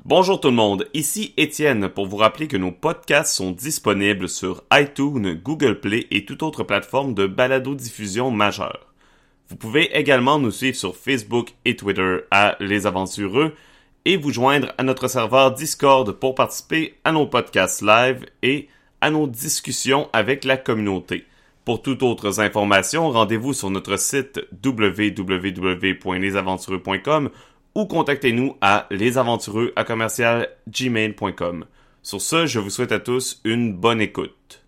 Bonjour tout le monde, ici Étienne pour vous rappeler que nos podcasts sont disponibles sur iTunes, Google Play et toute autre plateforme de balado-diffusion majeure. Vous pouvez également nous suivre sur Facebook et Twitter à Les Aventureux et vous joindre à notre serveur Discord pour participer à nos podcasts live et à nos discussions avec la communauté. Pour toutes autres informations, rendez-vous sur notre site www.lesaventureux.com ou contactez-nous à lesaventureux@gmail.com. Sur ce, je vous souhaite à tous une bonne écoute.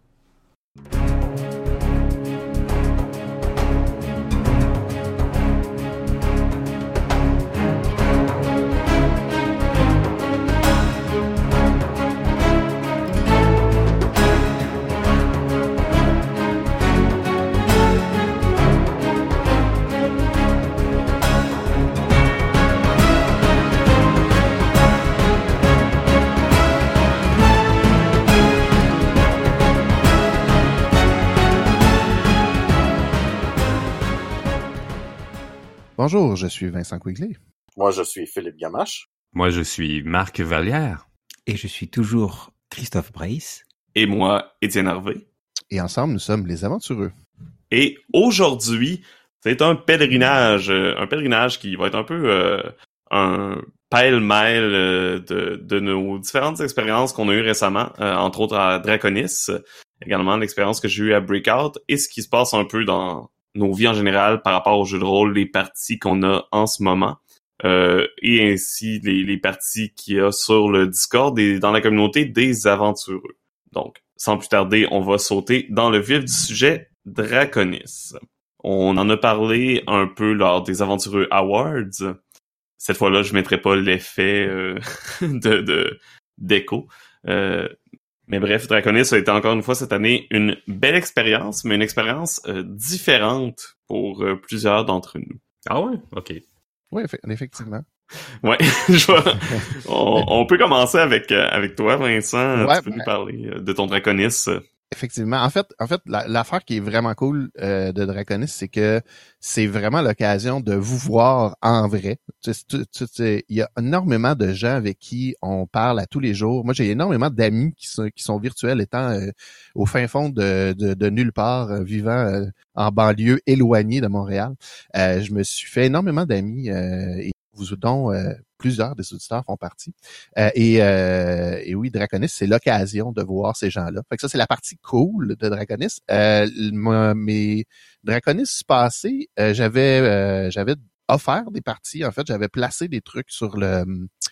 Bonjour, je suis Vincent Quigley. Moi, je suis Philippe Gamache. Moi, je suis Marc Vallière. Et je suis toujours Christophe Brace. Et moi, Étienne Harvey. Et ensemble, nous sommes les Aventureux. Et aujourd'hui, c'est un pèlerinage qui va être un peu un pêle-mêle de nos différentes expériences qu'on a eues récemment, entre autres à Draconis, également l'expérience que j'ai eue à Breakout, et ce qui se passe un peu dans nos vies en général par rapport aux jeux de rôle, les parties qu'on a en ce moment, et ainsi les parties qu'il y a sur le Discord et dans la communauté des aventureux. Donc, sans plus tarder, on va sauter dans le vif du sujet, Draconis. On en a parlé un peu lors des Aventureux Awards. Cette fois-là, je mettrai pas l'effet d'écho. Mais bref, Draconis a été encore une fois cette année une belle expérience, mais une expérience différente pour plusieurs d'entre nous. Ah ouais? OK. Oui, effectivement. Ouais, on peut commencer avec toi, Vincent. Ouais, tu peux nous parler de ton Draconis. Effectivement. En fait, l'affaire qui est vraiment cool de Draconis, c'est que c'est vraiment l'occasion de vous voir en vrai. Il y a énormément de gens avec qui on parle à tous les jours. Moi, j'ai énormément d'amis qui sont virtuels, étant au fin fond de nulle part, vivant en banlieue éloignée de Montréal. Je me suis fait énormément d'amis et dont plusieurs des auditeurs font partie. Et oui, Draconis, c'est l'occasion de voir ces gens-là. Fait que ça, c'est la partie cool de Draconis. Mes Draconis passés, j'avais offert des parties. En fait, j'avais placé des trucs sur dans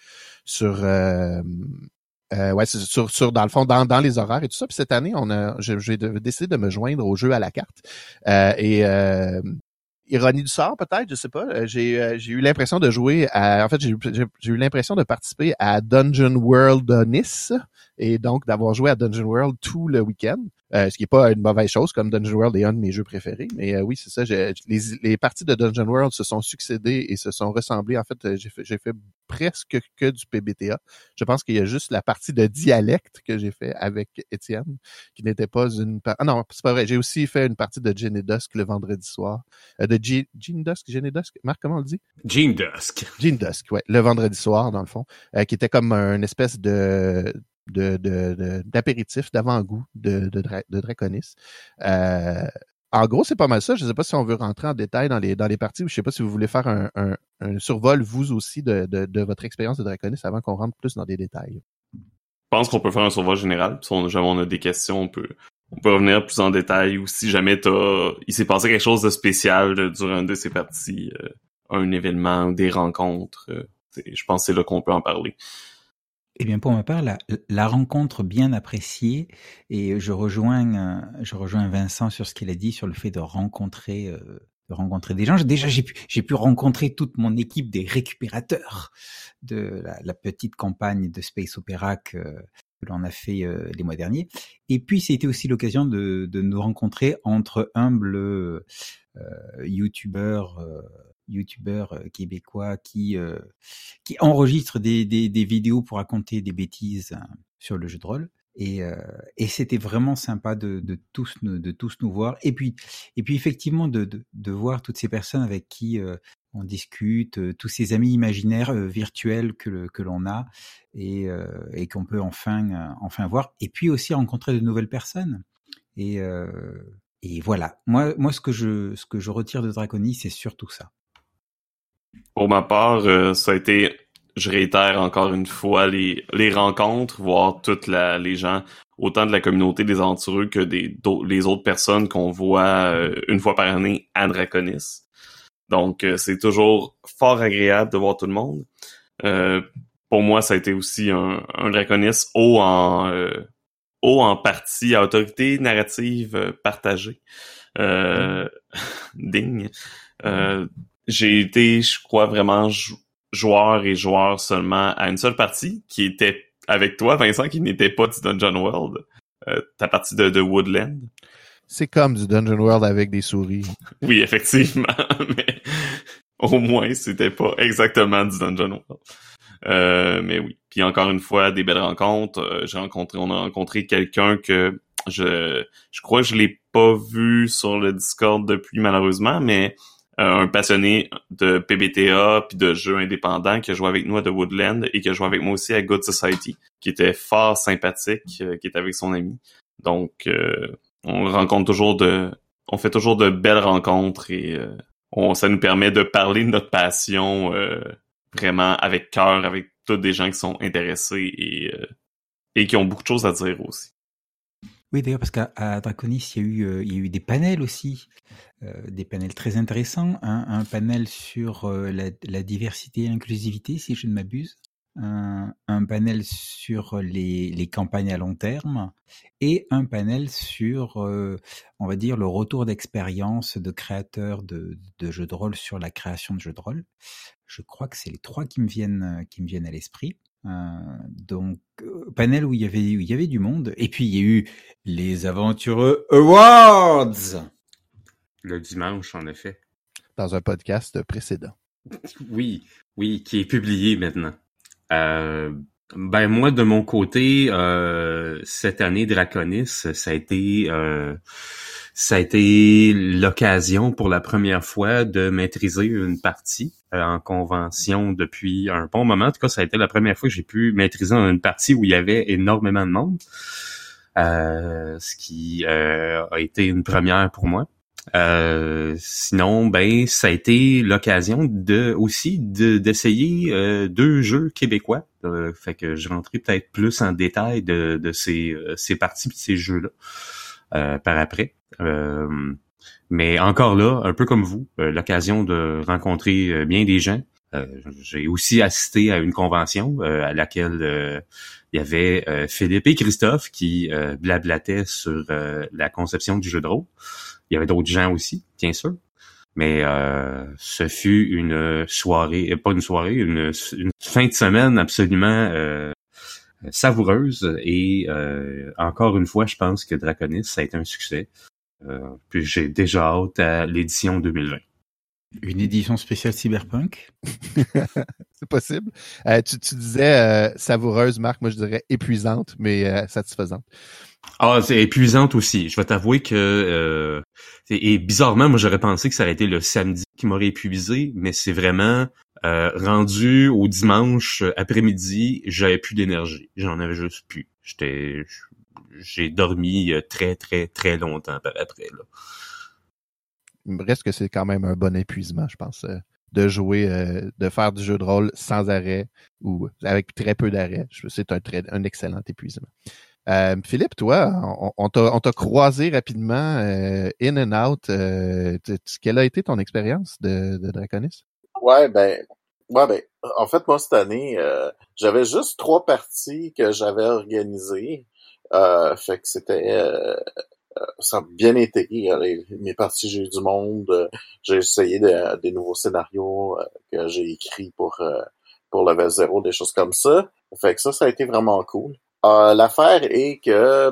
le fond, dans les horaires et tout ça. Puis cette année, j'ai décidé de me joindre au jeu à la carte. Ironie du sort, peut-être, je sais pas. J'ai eu l'impression de jouer j'ai eu l'impression de participer à Dungeon World Nice et donc d'avoir joué à Dungeon World tout le week-end. Ce qui est pas une mauvaise chose, comme Dungeon World est un de mes jeux préférés. Mais oui, c'est ça. Les parties de Dungeon World se sont succédées et se sont ressemblées. En fait, j'ai fait presque que du PBTA. Je pense qu'il y a juste la partie de dialecte que j'ai fait avec Étienne, qui n'était pas Ah non, c'est pas vrai. J'ai aussi fait une partie de Gin et Dusk le vendredi soir. Gin et Dusk. Marc, comment on le dit? Gin Dusk. Gin Dusk, ouais. Le vendredi soir, dans le fond. Qui était comme une espèce d'apéritif, d'avant-goût de Draconis. En gros, c'est pas mal ça. Je sais pas si on veut rentrer en détail dans les parties, ou je sais pas si vous voulez faire un survol, vous aussi, de votre expérience de Draconis avant qu'on rentre plus dans des détails. Je pense qu'on peut faire un survol général. Si jamais on a des questions, on peut revenir plus en détail, ou si jamais il s'est passé quelque chose de spécial durant une de ces parties, un événement ou des rencontres. Je pense que c'est là qu'on peut en parler. Eh bien, pour ma part, la rencontre bien appréciée, et je rejoins Vincent sur ce qu'il a dit sur le fait de rencontrer des gens. Déjà, j'ai pu rencontrer toute mon équipe des récupérateurs de la petite campagne de Space Opera que l'on a fait les mois derniers. Et puis, c'était aussi l'occasion de nous rencontrer entre humbles youtubeurs québécois qui enregistrent des vidéos pour raconter des bêtises sur le jeu de rôle. Et c'était vraiment sympa de tous nous voir. Et puis effectivement de voir toutes ces personnes avec qui on discute, tous ces amis imaginaires virtuels que l'on a et qu'on peut enfin voir. Et puis aussi rencontrer de nouvelles personnes. Et voilà. Moi, ce que je retire de Draconis, c'est surtout ça. Pour ma part, ça a été, je réitère encore une fois, les rencontres, voir les gens, autant de la communauté des aventureux que les autres personnes qu'on voit une fois par année à Draconis. Donc, c'est toujours fort agréable de voir tout le monde. Pour moi, ça a été aussi un Draconis haut en partie à autorité narrative partagée. Digne. J'ai été, je crois, vraiment joueur seulement à une seule partie, qui était avec toi, Vincent, qui n'était pas du Dungeon World. Ta partie de Woodland. C'est comme du Dungeon World avec des souris. Oui, effectivement, mais au moins, c'était pas exactement du Dungeon World. Mais oui. Puis encore une fois, des belles rencontres. On a rencontré quelqu'un que je crois que je l'ai pas vu sur le Discord depuis, malheureusement, mais un passionné de PBTA puis de jeux indépendants qui a joué avec nous à The Woodland et qui a joué avec moi aussi à Good Society, qui était fort sympathique, qui était avec son ami. Donc, on fait toujours de belles rencontres et ça nous permet de parler de notre passion vraiment avec cœur, avec tous des gens qui sont intéressés et qui ont beaucoup de choses à dire aussi. Oui, d'ailleurs, parce qu'à Draconis, il y a eu des panels aussi, des panels très intéressants. Un panel sur la diversité et l'inclusivité, si je ne m'abuse. Un panel sur les campagnes à long terme et un panel sur, on va dire, le retour d'expérience de créateurs de jeux de rôle sur la création de jeux de rôle. Je crois que c'est les trois qui me viennent à l'esprit. Donc panel où il y avait du monde et puis il y a eu les Aventureux Awards Le dimanche, en effet. Dans un podcast précédent. Oui, qui est publié maintenant. Moi, de mon côté, cette année, Draconis, ça a été l'occasion pour la première fois de maîtriser une partie en convention depuis un bon moment. En tout cas, ça a été la première fois que j'ai pu maîtriser une partie où il y avait énormément de monde, ce qui a été une première pour moi. Sinon, ça a été l'occasion d'essayer 2 jeux québécois. Fait que je rentrais peut-être plus en détail de ces parties et ces jeux-là par après. Mais encore là, un peu comme vous, l'occasion de rencontrer bien des gens. J'ai aussi assisté à une convention à laquelle il y avait Philippe et Christophe qui blablataient sur la conception du jeu de rôle. Il y avait d'autres gens aussi, bien sûr. Mais ce fut une soirée, pas une soirée, une fin de semaine absolument savoureuse. Et encore une fois, je pense que Draconis, ça a été un succès. Puis j'ai déjà hâte à l'édition 2020. Une édition spéciale Cyberpunk? C'est possible. Tu disais savoureuse, Marc. Moi, je dirais épuisante, mais satisfaisante. Ah, c'est épuisante aussi. Je vais t'avouer que et bizarrement, moi j'aurais pensé que ça aurait été le samedi qui m'aurait épuisé, mais c'est vraiment rendu au dimanche après-midi, j'avais plus d'énergie. J'en avais juste plus. J'ai dormi très très très longtemps par après là. Il me reste que c'est quand même un bon épuisement, je pense, de jouer, de faire du jeu de rôle sans arrêt ou avec très peu d'arrêt. C'est un excellent épuisement. Philippe, toi, on t'a croisé rapidement, in and out. Quelle a été ton expérience de Draconis? Ouais, en fait, moi, cette année, j'avais juste 3 parties que j'avais organisées. Fait que c'était... ça a bien été. Mes parties, j'ai eu du monde. J'ai essayé des nouveaux scénarios que j'ai écrits pour Level 0, des choses comme ça. Fait que ça a été vraiment cool. L'affaire est que,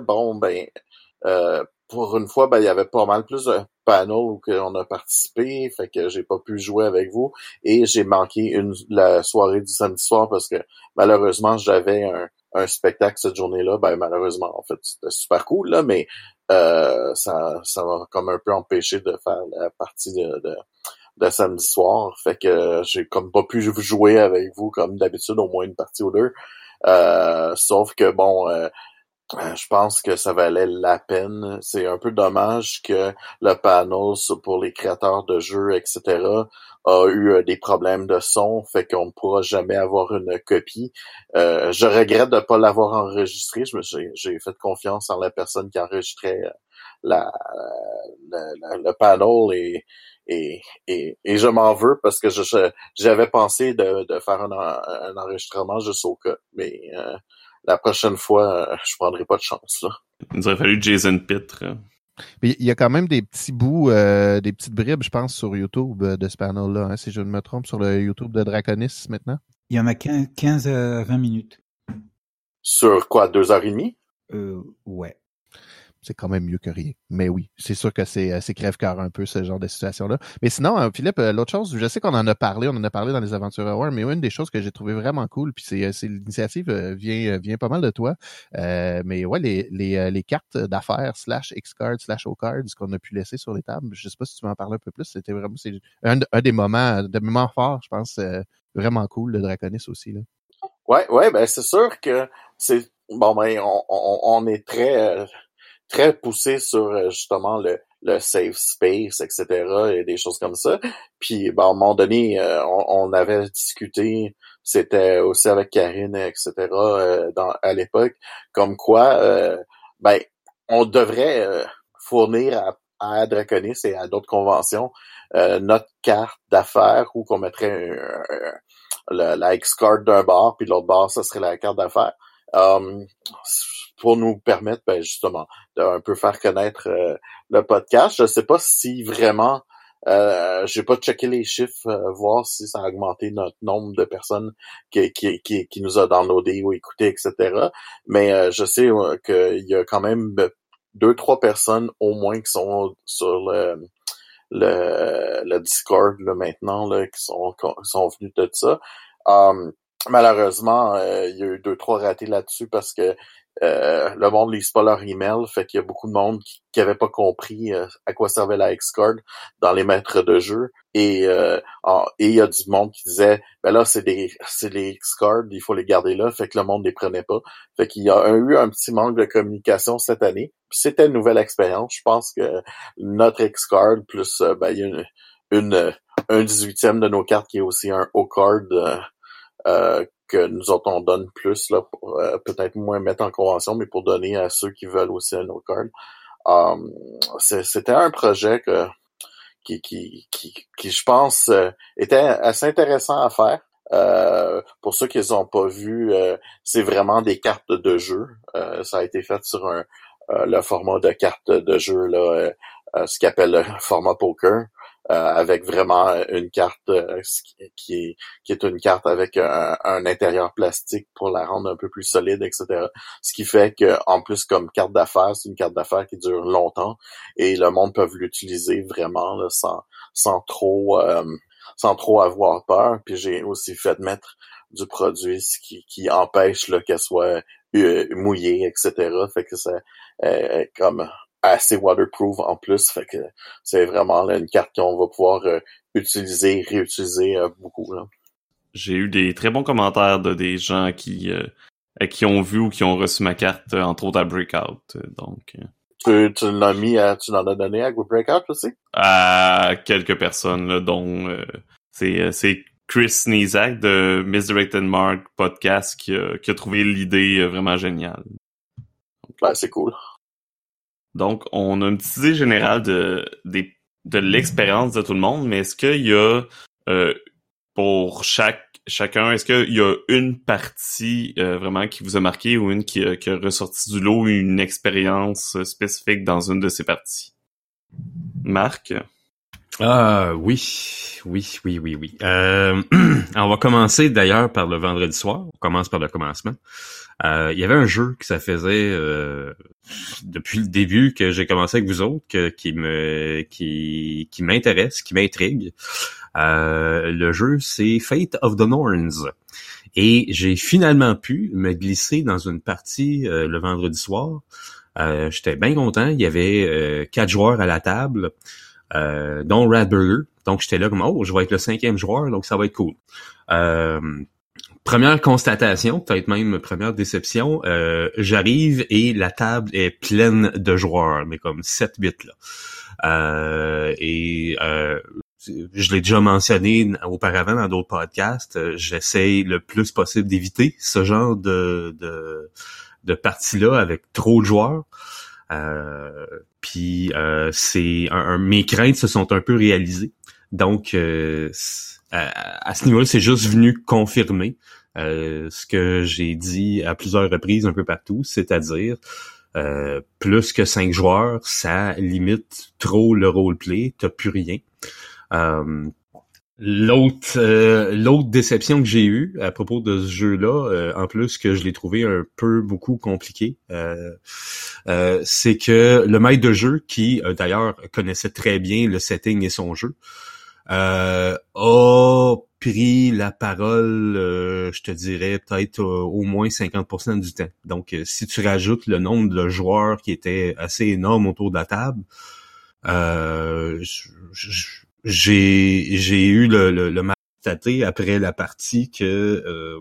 pour une fois, il y avait pas mal plus de panels où on a participé, fait que j'ai pas pu jouer avec vous et j'ai manqué la soirée du samedi soir parce que malheureusement j'avais un spectacle cette journée-là. Malheureusement, en fait, c'était super cool là, mais ça m'a comme un peu empêché de faire la partie de samedi soir. Fait que j'ai comme pas pu jouer avec vous comme d'habitude, au moins une partie ou deux. Sauf que bon, je pense que ça valait la peine. C'est un peu dommage que le panel pour les créateurs de jeux, etc., a eu des problèmes de son, fait qu'on ne pourra jamais avoir une copie. Je regrette de ne pas l'avoir enregistré. J'ai fait confiance en la personne qui enregistrait le panel et je m'en veux parce que j'avais pensé de faire un enregistrement juste au cas, mais la prochaine fois, je prendrai pas de chance, là. Il nous aurait fallu Jason Pitre. Mais il y a quand même des petits bouts, des petites bribes, je pense, sur YouTube de ce panel-là, hein, si je ne me trompe, sur le YouTube de Draconis maintenant. Il y en a 15 à 20 minutes. Sur quoi, 2h30? Ouais. C'est quand même mieux que rien. Mais oui, c'est sûr que c'est crève-cœur un peu, ce genre de situation-là. Mais sinon, Philippe, l'autre chose, je sais qu'on en a parlé dans les Aventures Hour, mais une des choses que j'ai trouvé vraiment cool, puis c'est l'initiative vient pas mal de toi. Mais ouais, les cartes d'affaires /X-Cards /O-Cards qu'on a pu laisser sur les tables, je sais pas si tu m'en parlais un peu plus, c'est un des moments forts, je pense, vraiment cool, le Draconis aussi, là. Ouais, ben c'est sûr que c'est bon, ben on est très poussé sur justement le safe space, etc., et des choses comme ça. Puis, ben, à un moment donné, on avait discuté, c'était aussi avec Karine, etc., à l'époque, comme quoi, ben, on devrait fournir à Draconis et à d'autres conventions notre carte d'affaires ou qu'on mettrait la X-Card d'un bar, puis l'autre bar, ça serait la carte d'affaires. Pour nous permettre, ben, justement, de un peu faire connaître le podcast. Je sais pas si vraiment, j'ai pas checké les chiffres, voir si ça a augmenté notre nombre de personnes qui nous a downloadé ou écouté, etc. Mais je sais qu'il y a quand même 2-3 personnes au moins qui sont sur le Discord là, maintenant, là, qui sont venus de ça. Malheureusement, il y a eu 2-3 ratés là-dessus parce que le monde lise pas leur email, fait qu'il y a beaucoup de monde qui avait pas compris à quoi servait la X-Card dans les maîtres de jeu. Et il y a du monde qui disait ben là c'est les X-Cards, il faut les garder là, fait que le monde les prenait pas. Fait qu'il y a eu un petit manque de communication cette année. Puis c'était une nouvelle expérience. Je pense que notre X-Card plus ben il y a un 18e de nos cartes qui est aussi un O-Card que nous autres on donne plus là pour peut-être moins mettre en convention, mais pour donner à ceux qui veulent aussi un O-Card. C'était un projet qui je pense était assez intéressant à faire. Pour ceux qui les ont pas vu, c'est vraiment des cartes de jeu. Ça a été fait sur le format de carte de jeu là, ce qu'ils appellent le format poker. Avec vraiment une carte qui est une carte avec un intérieur plastique pour la rendre un peu plus solide, etc. Ce qui fait que en plus comme carte d'affaires, c'est une carte d'affaires qui dure longtemps et le monde peut l'utiliser vraiment là, sans trop avoir peur. Puis j'ai aussi fait mettre du produit qui empêche là, qu'elle soit mouillée, etc. Fait que c'est comme assez waterproof en plus, fait que c'est vraiment là, une carte qu'on va pouvoir réutiliser beaucoup là. J'ai eu des très bons commentaires de des gens qui ont vu ou qui ont reçu ma carte, entre autres à Breakout. Donc tu l'en as donné à Breakout aussi? À quelques personnes là, dont c'est Chris Nizak de Misdirected Mark podcast qui a trouvé l'idée vraiment géniale. Ben c'est cool. Donc, on a une petite idée générale de l'expérience de tout le monde, mais est-ce qu'il y a, pour chacun, est-ce qu'il y a une partie vraiment qui vous a marqué ou une qui a ressorti du lot, une expérience spécifique dans une de ces parties? Marc? Oui. On va commencer d'ailleurs par le vendredi soir. On commence par le commencement. Il y avait un jeu que ça faisait depuis le début que j'ai commencé avec vous autres qui m'intéresse, qui m'intrigue. Le jeu, c'est Fate of the Norns. Et j'ai finalement pu me glisser dans une partie le vendredi soir. J'étais bien content. Il y avait 4 joueurs à la table, dont Radburger, Donc, j'étais là comme, oh, je vais être le 5e joueur, donc ça va être cool. Première constatation, peut-être même première déception, j'arrive et la table est pleine de joueurs, mais comme 7-8 là. Je l'ai déjà mentionné auparavant dans d'autres podcasts, j'essaye le plus possible d'éviter ce genre de parties-là avec trop de joueurs. Puis mes craintes se sont un peu réalisées. Donc à ce niveau-là, c'est juste venu confirmer ce que j'ai dit à plusieurs reprises un peu partout, c'est-à-dire plus que 5 joueurs, ça limite trop le roleplay, t'as plus rien. L'autre déception que j'ai eue à propos de ce jeu-là, en plus que je l'ai trouvé un peu beaucoup compliqué, c'est que le maître de jeu, qui d'ailleurs connaissait très bien le setting et son jeu, a pris la parole, je te dirais peut-être au moins 50% du temps. Donc, si tu rajoutes le nombre de joueurs qui était assez énorme autour de la table, j'ai eu le mal constaté après la partie que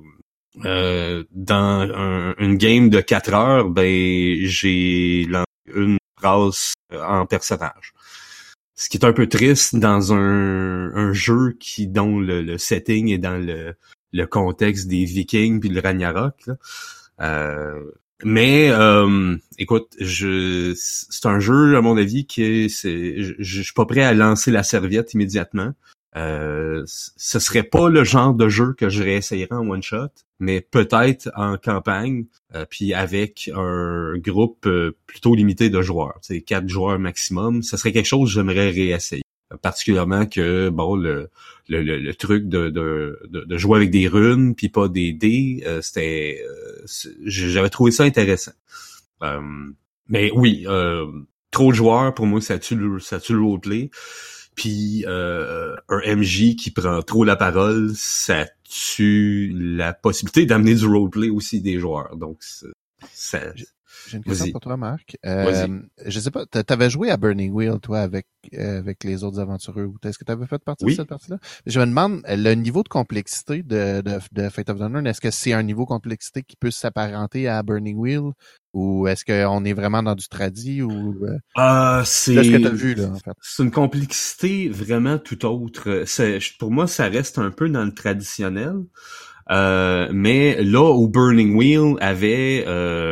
dans une game de 4 heures, ben j'ai lancé une phrase en personnage. Ce qui est un peu triste dans un jeu dont le setting est dans le contexte des Vikings puis le Ragnarok, là. Mais écoute, c'est un jeu à mon avis je suis pas prêt à lancer la serviette immédiatement. Ce serait pas le genre de jeu que je réessayerais en one shot, mais peut-être en campagne, puis avec un groupe plutôt limité de joueurs, 4 joueurs maximum, ce serait quelque chose que j'aimerais réessayer. Particulièrement que bon le truc de jouer avec des runes puis pas des dés, j'avais trouvé ça intéressant. Mais oui, trop de joueurs pour moi ça tue le roleplay. Puis un MJ qui prend trop la parole, ça tue la possibilité d'amener du roleplay aussi des joueurs. Donc ça. J'ai une question pour toi, Marc. Vas-y. Je sais pas, t'avais joué à Burning Wheel, toi, avec les autres aventureux. Est-ce que t'avais fait partie de cette partie-là? Je me demande, le niveau de complexité de Fate of the North, est-ce que c'est un niveau de complexité qui peut s'apparenter à Burning Wheel? Ou est-ce qu'on est vraiment dans du tradi ou c'est ce que t'as vu, là, en fait? C'est une complexité vraiment tout autre. Pour moi, ça reste un peu dans le traditionnel. Mais là où Burning Wheel avait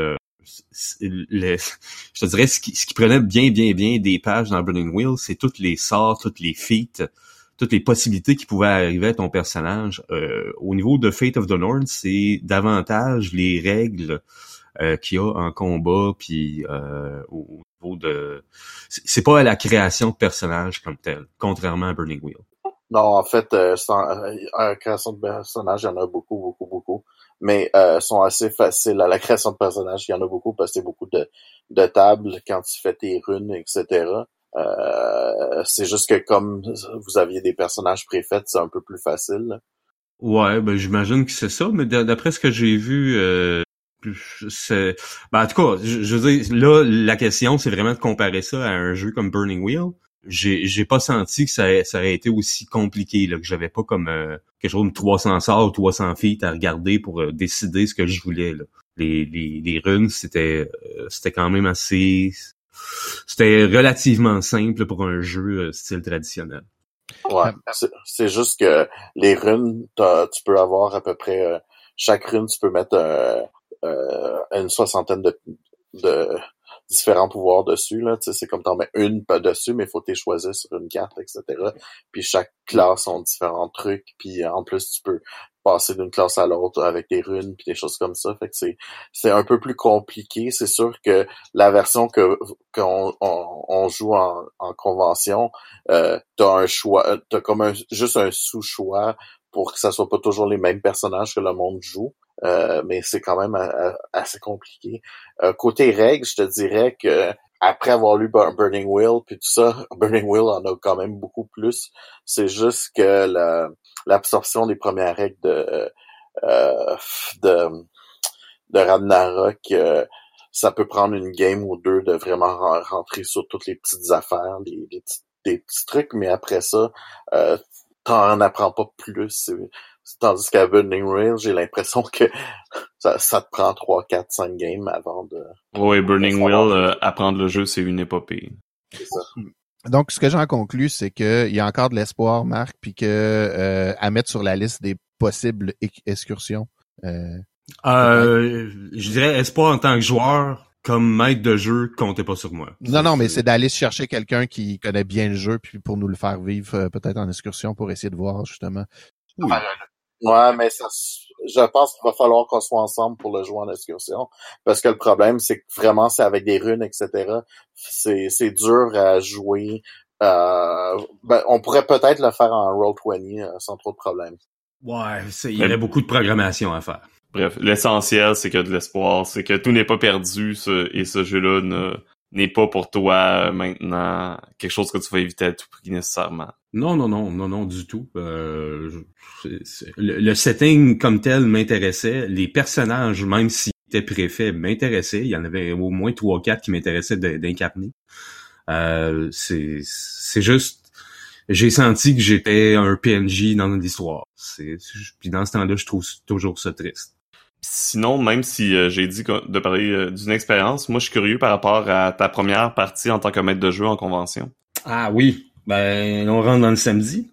je te dirais ce qui prenait bien des pages dans Burning Wheel, c'est toutes les sorts, toutes les feats, toutes les possibilités qui pouvaient arriver à ton personnage. Au niveau de Fate of the North, c'est davantage les règles qu'il y a en combat, puis au niveau de... C'est pas à la création de personnages comme tel, contrairement à Burning Wheel. Non, en fait, en création de personnages, il y en a beaucoup. Mais sont assez faciles à la création de personnages. Il y en a beaucoup parce que c'est beaucoup de tables quand tu fais tes runes, etc. C'est juste que comme vous aviez des personnages préfaits, c'est un peu plus facile. Ouais, ben j'imagine que c'est ça, mais d'après ce que j'ai vu, c'est... Ben, en tout cas, je veux dire, là, la question, c'est vraiment de comparer ça à un jeu comme Burning Wheel. J'ai pas senti que ça aurait été aussi compliqué, là, que j'avais pas comme quelque chose de 300 sorts ou 300 feats à regarder pour décider ce que je voulais, là. Les runes, c'était quand même assez... C'était relativement simple pour un jeu style traditionnel. Ouais, c'est juste que les runes, tu peux avoir à peu près... chaque rune, tu peux mettre une soixantaine de différents pouvoirs dessus, là. Tu sais, c'est comme t'en mets une pas dessus, mais il faut t'y choisir sur une carte, etc. Puis chaque classe ont différents trucs, puis en plus, tu peux passer d'une classe à l'autre avec des runes puis des choses comme ça. Fait que c'est un peu plus compliqué. C'est sûr que la version qu'on joue en convention, t'as un choix, t'as comme juste un sous-choix pour que ça soit pas toujours les mêmes personnages que le monde joue. Mais c'est quand même assez compliqué. Côté règles, je te dirais que après avoir lu Burning Wheel puis tout ça, Burning Wheel en a quand même beaucoup plus. C'est juste que l'absorption des premières règles de Ragnarok, ça peut prendre une game ou deux de vraiment rentrer sur toutes les petites affaires, les petites des petits trucs, mais après ça, t'en apprends pas plus. Tandis qu'à Burning Rail, j'ai l'impression que ça te prend 3, 4, 5 games avant de... Ouais, Burning Wheel, apprendre le jeu, c'est une épopée. C'est ça. Donc, ce que j'en conclus, c'est que il y a encore de l'espoir, Marc, puis que à mettre sur la liste des possibles excursions. Je dirais espoir en tant que joueur, comme maître de jeu, comptez pas sur moi. Non, mais c'est d'aller chercher quelqu'un qui connaît bien le jeu, puis pour nous le faire vivre peut-être en excursion pour essayer de voir justement. Oui. Ouais, mais ça, je pense qu'il va falloir qu'on soit ensemble pour le jouer en excursion, parce que le problème, c'est que vraiment, c'est avec des runes, etc. C'est dur à jouer. On pourrait peut-être le faire en Roll20 sans trop de problème. Ouais, il y aurait beaucoup de programmation à faire. Bref, l'essentiel, c'est qu'il y a de l'espoir, c'est que tout n'est pas perdu, et ce jeu-là n'est pas pour toi maintenant quelque chose que tu vas éviter à tout prix nécessairement. Non, du tout. Le setting comme tel m'intéressait. Les personnages, même s'ils étaient préfaits, m'intéressaient. Il y en avait au moins 3-4 qui m'intéressaient d'incarner. C'est juste, j'ai senti que j'étais un PNJ dans l'histoire. Puis dans ce temps-là, je trouve toujours ça triste. Sinon, même si j'ai dit de parler d'une expérience, moi je suis curieux par rapport à ta première partie en tant que maître de jeu en convention. Ah oui, ben on rentre dans le samedi.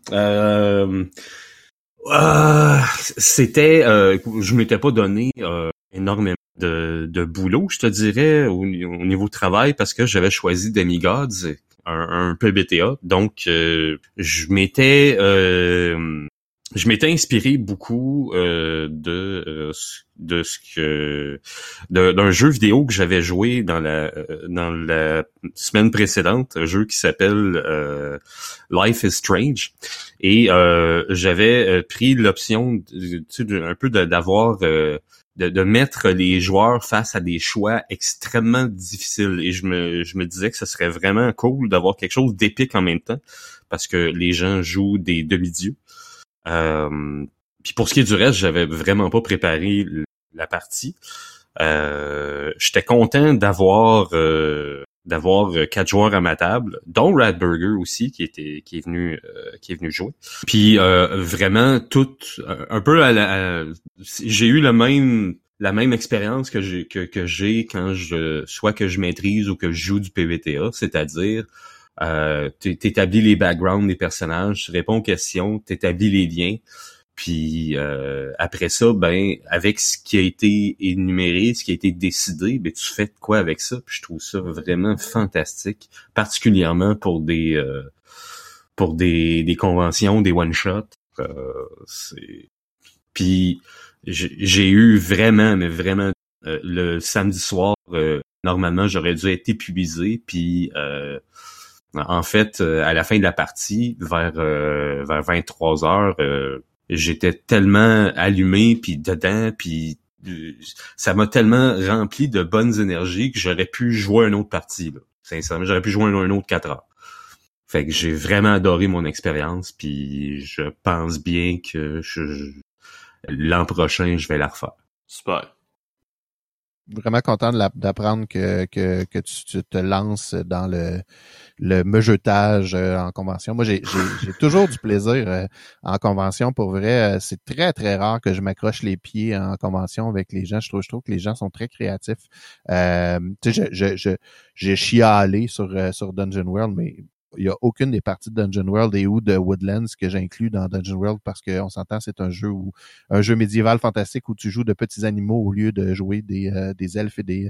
C'était, je m'étais pas donné énormément de boulot, je te dirais, au niveau travail, parce que j'avais choisi Demigods, un PBTA. Donc, je m'étais inspiré beaucoup d'un jeu vidéo que j'avais joué dans la semaine précédente, un jeu qui s'appelle Life is Strange, et j'avais pris l'option un peu d'avoir de mettre les joueurs face à des choix extrêmement difficiles, et je me disais que ce serait vraiment cool d'avoir quelque chose d'épique en même temps, parce que les gens jouent des demi-dieux. Puis pour ce qui est du reste, j'avais vraiment pas préparé la partie. J'étais content d'avoir 4 joueurs à ma table, dont Radburger aussi qui est venu jouer. Puis vraiment tout un peu j'ai eu la même expérience que j'ai quand soit que je maîtrise ou que je joue du PBTA, c'est-à-dire t'établis les backgrounds des personnages, tu réponds aux questions, t'établis les liens, puis après ça, ben avec ce qui a été énuméré, ce qui a été décidé, ben tu fais quoi avec ça? Puis je trouve ça vraiment fantastique, particulièrement pour des conventions, des one-shots. Puis j'ai eu vraiment, mais vraiment le samedi soir, normalement j'aurais dû être épuisé, puis en fait, à la fin de la partie, vers 23h, j'étais tellement allumé, puis dedans, puis ça m'a tellement rempli de bonnes énergies que j'aurais pu jouer une autre partie. Là. Sincèrement, j'aurais pu jouer un autre 4 heures. Fait que j'ai vraiment adoré mon expérience, puis je pense bien que l'an prochain, je vais la refaire. Super. Vraiment content d'apprendre que tu te lances dans le meujetage en convention. Moi, j'ai toujours du plaisir en convention. Pour vrai, c'est très, très rare que je m'accroche les pieds en convention avec les gens. Je trouve que les gens sont très créatifs. Tu sais, j'ai chialé sur Dungeon World, mais il y a aucune des parties de Dungeon World et ou de Woodlands que j'inclus dans Dungeon World parce qu'on s'entend, c'est un jeu médiéval fantastique où tu joues de petits animaux au lieu de jouer des elfes et des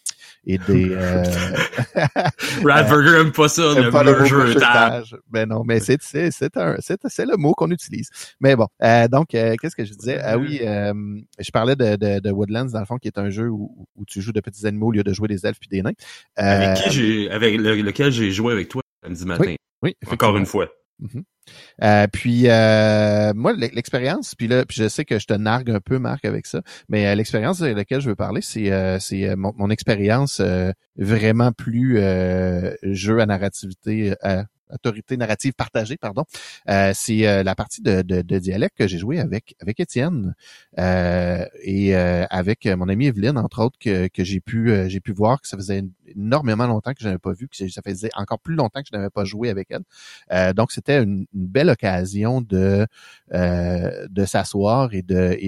Radburger aime pas ça, le meujetage. Ben non, mais c'est le mot qu'on utilise. Mais bon, donc qu'est-ce que je disais? Ah oui, je parlais de Woodlands dans le fond, qui est un jeu où tu joues de petits animaux au lieu de jouer des elfes puis des nains. Avec lequel j'ai joué avec toi samedi matin. Oui, encore une fois. Mm-hmm. Puis moi, l'expérience, puis je sais que je te nargue un peu, Marc, avec ça, mais l'expérience de laquelle je veux parler, c'est mon expérience vraiment plus jeu à narrativité, autorité narrative partagée, pardon. C'est la partie de dialecte que j'ai joué avec Étienne et avec mon amie Evelyne, entre autres, que j'ai pu voir que ça faisait énormément longtemps que je n'avais pas vu, que ça faisait encore plus longtemps que je n'avais pas joué avec elle. Donc c'était une belle occasion de s'asseoir et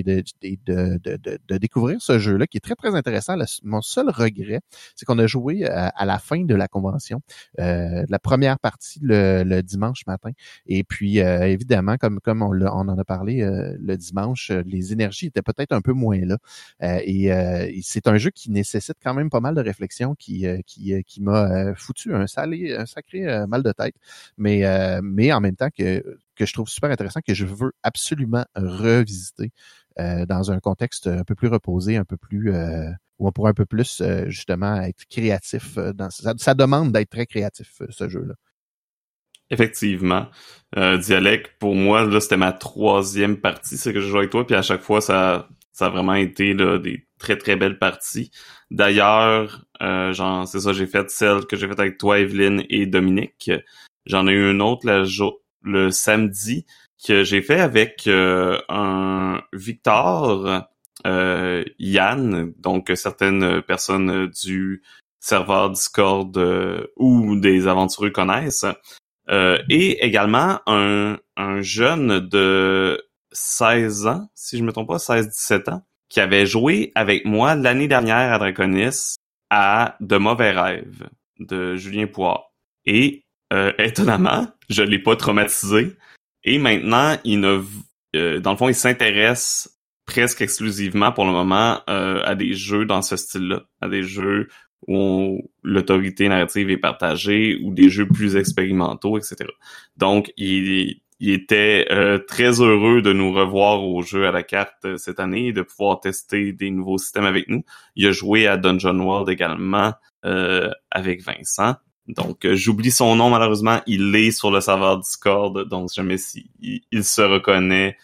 de découvrir ce jeu-là qui est très très intéressant. Mon seul regret, c'est qu'on a joué à la fin de la convention, la première partie le dimanche matin. Et puis évidemment, comme on en a parlé le dimanche, les énergies étaient peut-être un peu moins là. Et c'est un jeu qui nécessite quand même pas mal de réflexion, qui m'a foutu un sacré mal de tête, mais en même temps que je trouve super intéressant, que je veux absolument revisiter dans un contexte un peu plus reposé, un peu plus où on pourrait un peu plus justement être créatif. Ça demande d'être très créatif, ce jeu-là. Effectivement. Dialecte, pour moi, là, c'était ma 3e partie, c'est que je joue avec toi, puis à chaque fois, ça a vraiment été là, des très très belles parties. D'ailleurs, c'est ça, j'ai fait celle que j'ai faite avec toi, Evelyne et Dominique. J'en ai eu une autre le samedi que j'ai fait avec un Victor, Yann, donc certaines personnes du serveur Discord ou des aventureux connaissent. Et également un jeune de 16 ans, si je me trompe pas, 16-17 ans, qui avait joué avec moi l'année dernière à Draconis à De Mauvais Rêves de Julien Pouard. Et étonnamment, je l'ai pas traumatisé. Et maintenant, dans le fond, il s'intéresse presque exclusivement pour le moment à des jeux dans ce style-là, à des jeux où l'autorité narrative est partagée, ou des jeux plus expérimentaux, etc. Donc, il était très heureux de nous revoir au jeu à la carte cette année et de pouvoir tester des nouveaux systèmes avec nous. Il a joué à Dungeon World également avec Vincent. Donc, j'oublie son nom malheureusement. Il est sur le serveur Discord, donc si jamais il se reconnaît.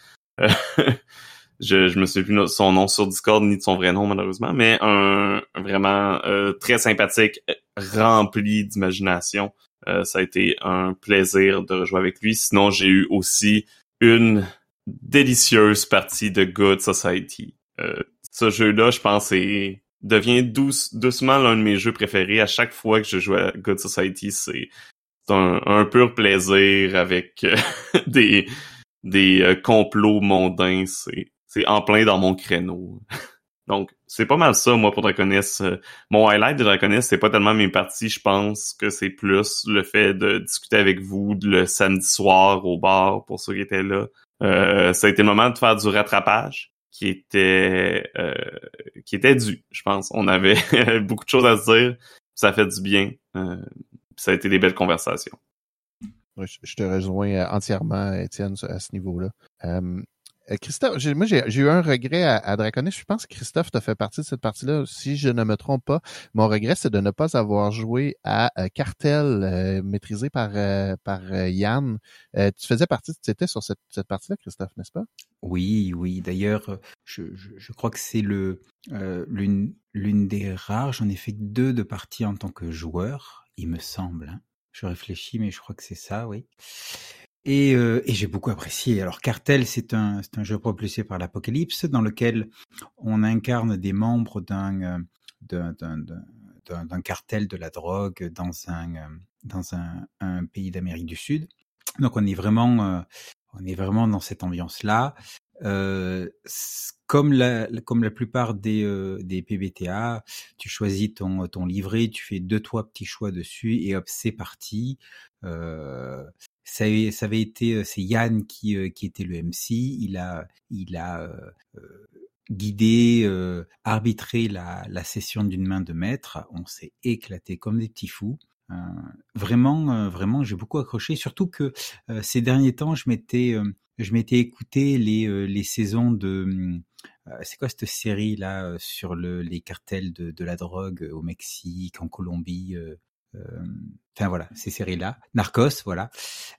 Je me souviens plus de son nom sur Discord ni de son vrai nom malheureusement, mais un vraiment très sympathique, rempli d'imagination. Ça a été un plaisir de rejouer avec lui. Sinon, j'ai eu aussi une délicieuse partie de Good Society. Ce jeu-là, je pense, devient doucement l'un de mes jeux préférés. À chaque fois que je joue à Good Society, c'est un pur plaisir avec des complots mondains. C'est en plein dans mon créneau. Donc, c'est pas mal ça, moi, pour Draconis. Mon highlight de Draconis, c'est pas tellement mes parties, je pense que c'est plus le fait de discuter avec vous le samedi soir au bar, pour ceux qui étaient là. Ça a été le moment de faire du rattrapage, qui était dû, je pense. On avait beaucoup de choses à se dire, ça fait du bien. Ça a été des belles conversations. Oui, je te rejoins entièrement, Étienne, à ce niveau-là. Christophe, j'ai eu un regret à Draconis. Je pense que Christophe t'a fait partie de cette partie-là. Si je ne me trompe pas, mon regret, c'est de ne pas avoir joué à Cartel, maîtrisé par Yann. Tu faisais partie, tu étais sur cette partie-là, Christophe, n'est-ce pas? Oui. D'ailleurs, je crois que c'est l'une des rares. J'en ai fait 2 de parties en tant que joueur, il me semble. Hein. Je réfléchis, mais je crois que c'est ça, oui. Et j'ai beaucoup apprécié. Alors Cartel, c'est un jeu propulsé par l'Apocalypse, dans lequel on incarne des membres d'un cartel de la drogue dans un pays d'Amérique du Sud. Donc on est vraiment dans cette ambiance-là. Comme la plupart des PBTA, tu choisis ton livret, tu fais 2-3 petits choix dessus et hop, c'est parti. Ça avait été, c'est Yann qui était le MC. Il a guidé, arbitré la session d'une main de maître. On s'est éclaté comme des petits fous. Vraiment, j'ai beaucoup accroché. Surtout que ces derniers temps, je m'étais écouté les saisons de c'est quoi cette série là sur les cartels de la drogue au Mexique, en Colombie. Enfin voilà, ces séries-là, Narcos, voilà.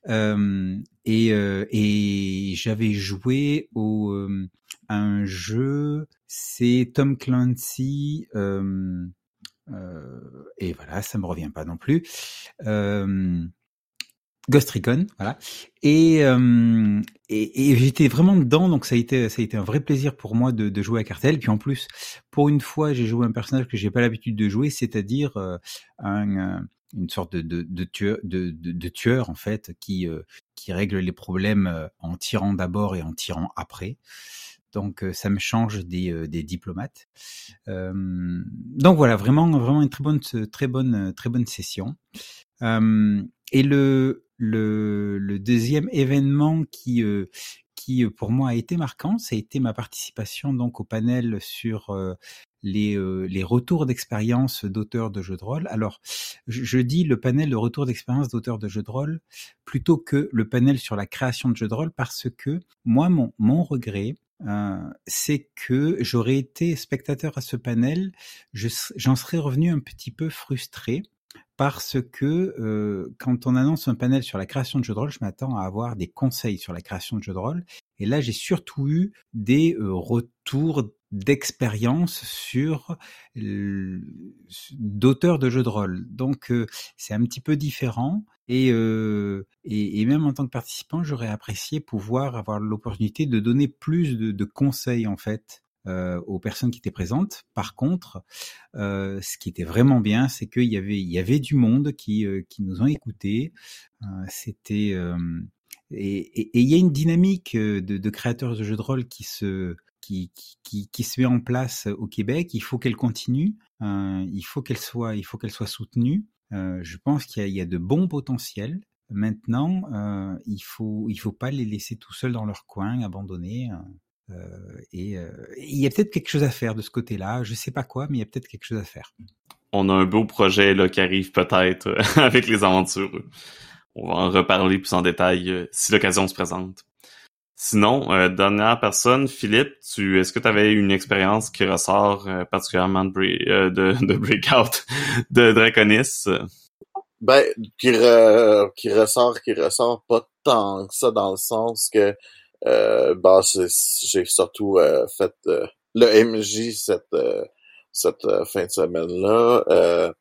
Et j'avais joué à un jeu, c'est Tom Clancy. Et voilà, ça me revient pas non plus. Ghost Recon, voilà. Et j'étais vraiment dedans, donc ça a été un vrai plaisir pour moi de jouer à Cartel. Puis en plus, pour une fois, j'ai joué un personnage que j'ai pas l'habitude de jouer, c'est-à-dire une sorte de tueur en fait qui règle les problèmes en tirant d'abord et en tirant après. Donc ça me change des diplomates. Donc voilà, vraiment une très bonne session. Et le deuxième événement qui pour moi a été marquant, ça a été ma participation donc au panel sur les retours d'expérience d'auteurs de jeux de rôle. Alors, je dis le panel de retours d'expérience d'auteurs de jeux de rôle plutôt que le panel sur la création de jeux de rôle, parce que moi, mon regret, c'est que j'aurais été spectateur à ce panel, j'en serais revenu un petit peu frustré, parce que quand on annonce un panel sur la création de jeux de rôle, je m'attends à avoir des conseils sur la création de jeux de rôle. Et là, j'ai surtout eu des retours d'expérience sur d'auteurs de jeux de rôle. Donc, c'est un petit peu différent. Et même en tant que participant, j'aurais apprécié pouvoir avoir l'opportunité de donner plus de conseils, en fait, aux personnes qui étaient présentes. Par contre, ce qui était vraiment bien, c'est qu'il y avait du monde qui nous ont écoutés. C'était et il y a une dynamique de créateurs de jeux de rôle qui se met en place au Québec. Il faut qu'elle continue. Il faut qu'elle soit soutenue. Je pense qu'il y a de bons potentiels. Maintenant, il faut pas les laisser tout seuls dans leur coin, abandonnés. Et il y a peut-être quelque chose à faire de ce côté-là. Je sais pas quoi, mais il y a peut-être quelque chose à faire. On a un beau projet là qui arrive peut-être avec les aventures. On va en reparler plus en détail si l'occasion se présente. Sinon, dernière personne, Philippe, est-ce que tu avais une expérience qui ressort particulièrement de Breakout de Draconis? Ben, qui ressort pas tant que ça, dans le sens que j'ai surtout fait le MJ cette fin de semaine-là.